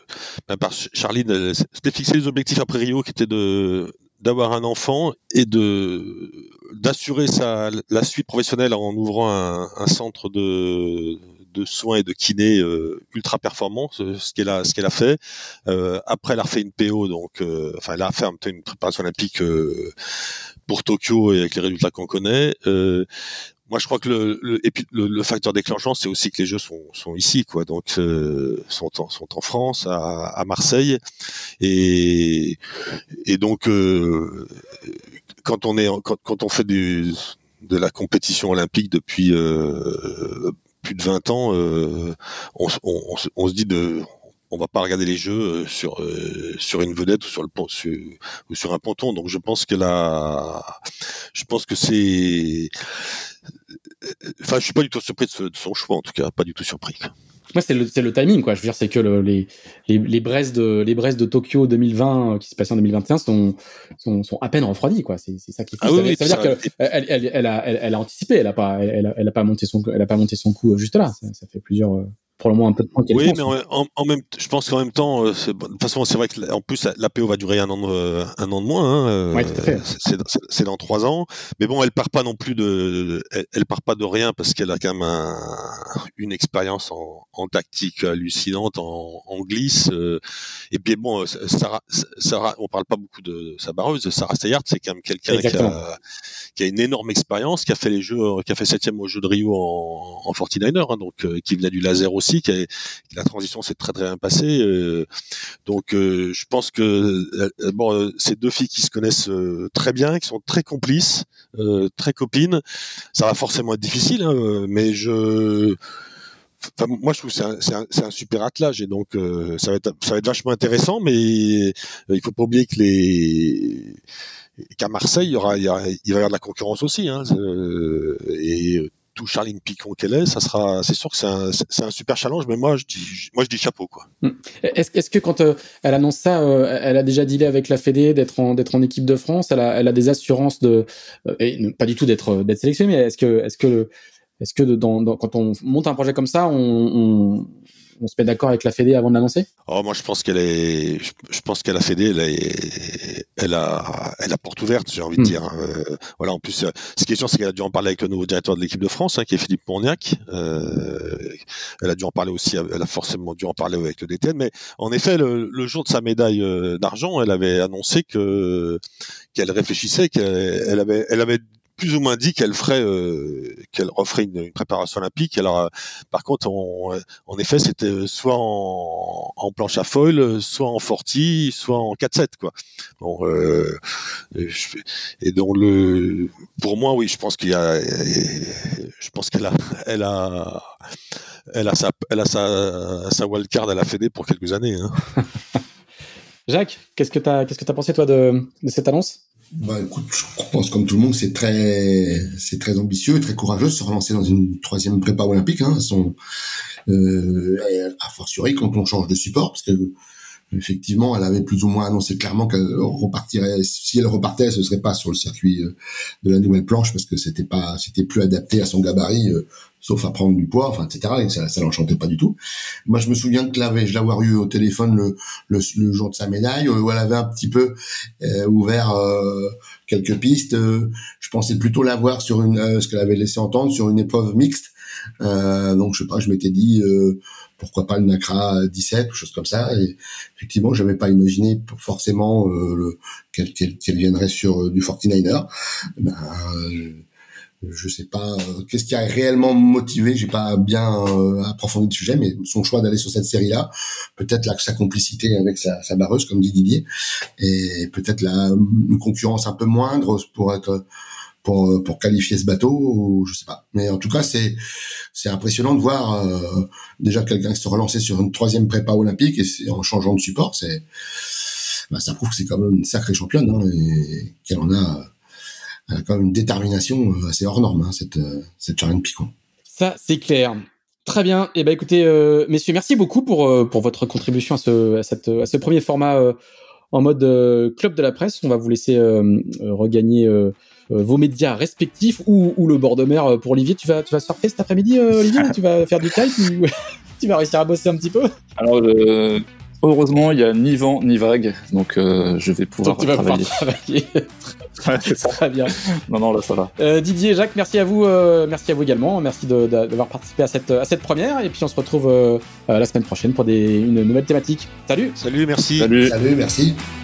Charline s'était fixé les objectifs après Rio qui étaient d'avoir un enfant et d'assurer la suite professionnelle en ouvrant un centre de soins et de kiné ultra performant, ce qu'elle a fait. Après elle a refait une PO, donc elle a fait une préparation olympique pour Tokyo et avec les résultats qu'on connaît. Moi, je crois que le facteur déclenchant, c'est aussi que les Jeux sont ici, quoi. Donc, sont en France, à Marseille, et donc quand on fait de la compétition olympique depuis plus de 20 ans, on se dit on va pas regarder les Jeux sur une vedette ou sur un ponton. Donc je pense que c'est, je suis pas du tout surpris de son choix, en tout cas, pas du tout surpris. Moi, c'est le timing, quoi. Je veux dire, c'est que les Brest de Tokyo 2020 qui s'est passé en 2021 sont à peine refroidis, quoi. C'est ça qui est fou. Ça veut dire qu'elle a anticipé. Elle a pas monté son coup juste là. Ça fait probablement un peu de temps qu'elle pense. Mais je pense qu'en même temps, de toute façon, c'est vrai que en plus la PO va durer un an de moins. Oui, tout à fait. C'est dans 3 ans. Mais bon, elle part pas non plus elle part pas de rien parce qu'elle a quand même une expérience en tactique hallucinante, en glisse. Et puis bon, Sarah, on parle pas beaucoup de sa barreuse. Sarah Steyart, c'est quand même quelqu'un qui a une énorme expérience, qui a fait 7e au jeu de Rio en 49er, donc qui venait du laser aussi, la transition s'est très très bien passée. Donc je pense que ces deux filles qui se connaissent très bien, qui sont très complices, très copines, ça va forcément être difficile, mais moi je trouve que c'est un super attelage et donc ça va être vachement intéressant, mais il faut pas oublier qu'à Marseille il va y avoir de la concurrence aussi, et tout Charline Picon qu'elle est, c'est sûr que c'est un super challenge, mais moi je dis chapeau, quoi. Est-ce que quand elle annonce ça, elle a déjà dealé avec la Fédé d'être en équipe de France, elle a des assurances et pas du tout d'être sélectionnée, mais est-ce que quand on monte un projet comme ça, on se met d'accord avec la Fédé avant de l'annoncer? Moi, je pense qu'à la Fédé, elle a porte ouverte, j'ai envie de dire. Voilà. En plus, ce qui est sûr, c'est qu'elle a dû en parler avec le nouveau directeur de l'équipe de France, qui est Philippe Mourniac. Elle a dû en parler aussi. Elle a forcément dû en parler avec le DTN. Mais en effet, le jour de sa médaille d'argent, elle avait annoncé qu'elle réfléchissait, qu'elle avait plus ou moins dit qu'elle referait une préparation olympique. Alors, par contre, en effet, c'était soit en planche à foil, soit en forty, soit en 4-7, quoi. Bon, et donc pour moi, oui, je pense qu'elle a sa wildcard à la Fédé pour quelques années. Jacques, qu'est-ce que t'as pensé, toi, de cette annonce? Écoute, je pense comme tout le monde, c'est très ambitieux, très courageux de se relancer dans une 3e prépa olympique, a fortiori quand on change de support, parce que effectivement, elle avait plus ou moins annoncé clairement qu'elle repartirait. Si elle repartait, ce serait pas sur le circuit de la nouvelle planche parce que c'était plus adapté à son gabarit, sauf à prendre du poids, enfin, etc. Et ça l'enchantait pas du tout. Moi, je me souviens que je l'avoir eu au téléphone le jour de sa médaille, où elle avait un petit peu ouvert quelques pistes. Je pensais plutôt l'avoir sur ce qu'elle avait laissé entendre sur une épreuve mixte. Donc, je sais pas, je m'étais dit pourquoi pas le NACRA 17 ou chose comme ça. Et effectivement, j'avais pas imaginé forcément qu'elle viendrait sur du 49er. Je sais pas qu'est-ce qui a réellement motivé. J'ai pas bien approfondi le sujet, mais son choix d'aller sur cette série-là, peut-être là sa complicité avec sa barreuse, comme dit Didier, et peut-être une concurrence un peu moindre pour qualifier ce bateau, ou je sais pas. Mais en tout cas, c'est impressionnant de voir déjà quelqu'un se relancer sur une 3e prépa olympique et en changeant de support. Ça prouve que c'est quand même une sacrée championne, hein, et qu'elle elle a quand même une détermination assez hors norme, hein, cette Charlène Picon. Ça, c'est clair. Très bien. Eh ben, écoutez, messieurs, merci beaucoup pour votre contribution à ce premier format en mode club de la presse. On va vous laisser regagner vos médias respectifs ou le bord de mer pour Olivier. Tu vas surfer cet après-midi, Olivier, ou tu vas faire du kite ou tu vas réussir à bosser un petit peu? Alors, heureusement, il n'y a ni vent ni vague, donc je vais pouvoir travailler. Ouais, c'est ça. Très bien. Non, là, ça va. Didier et Jacques, merci à vous également. Merci d'avoir participé à cette première. Et puis, on se retrouve la semaine prochaine pour une nouvelle thématique. Salut. Salut, merci. Salut, merci.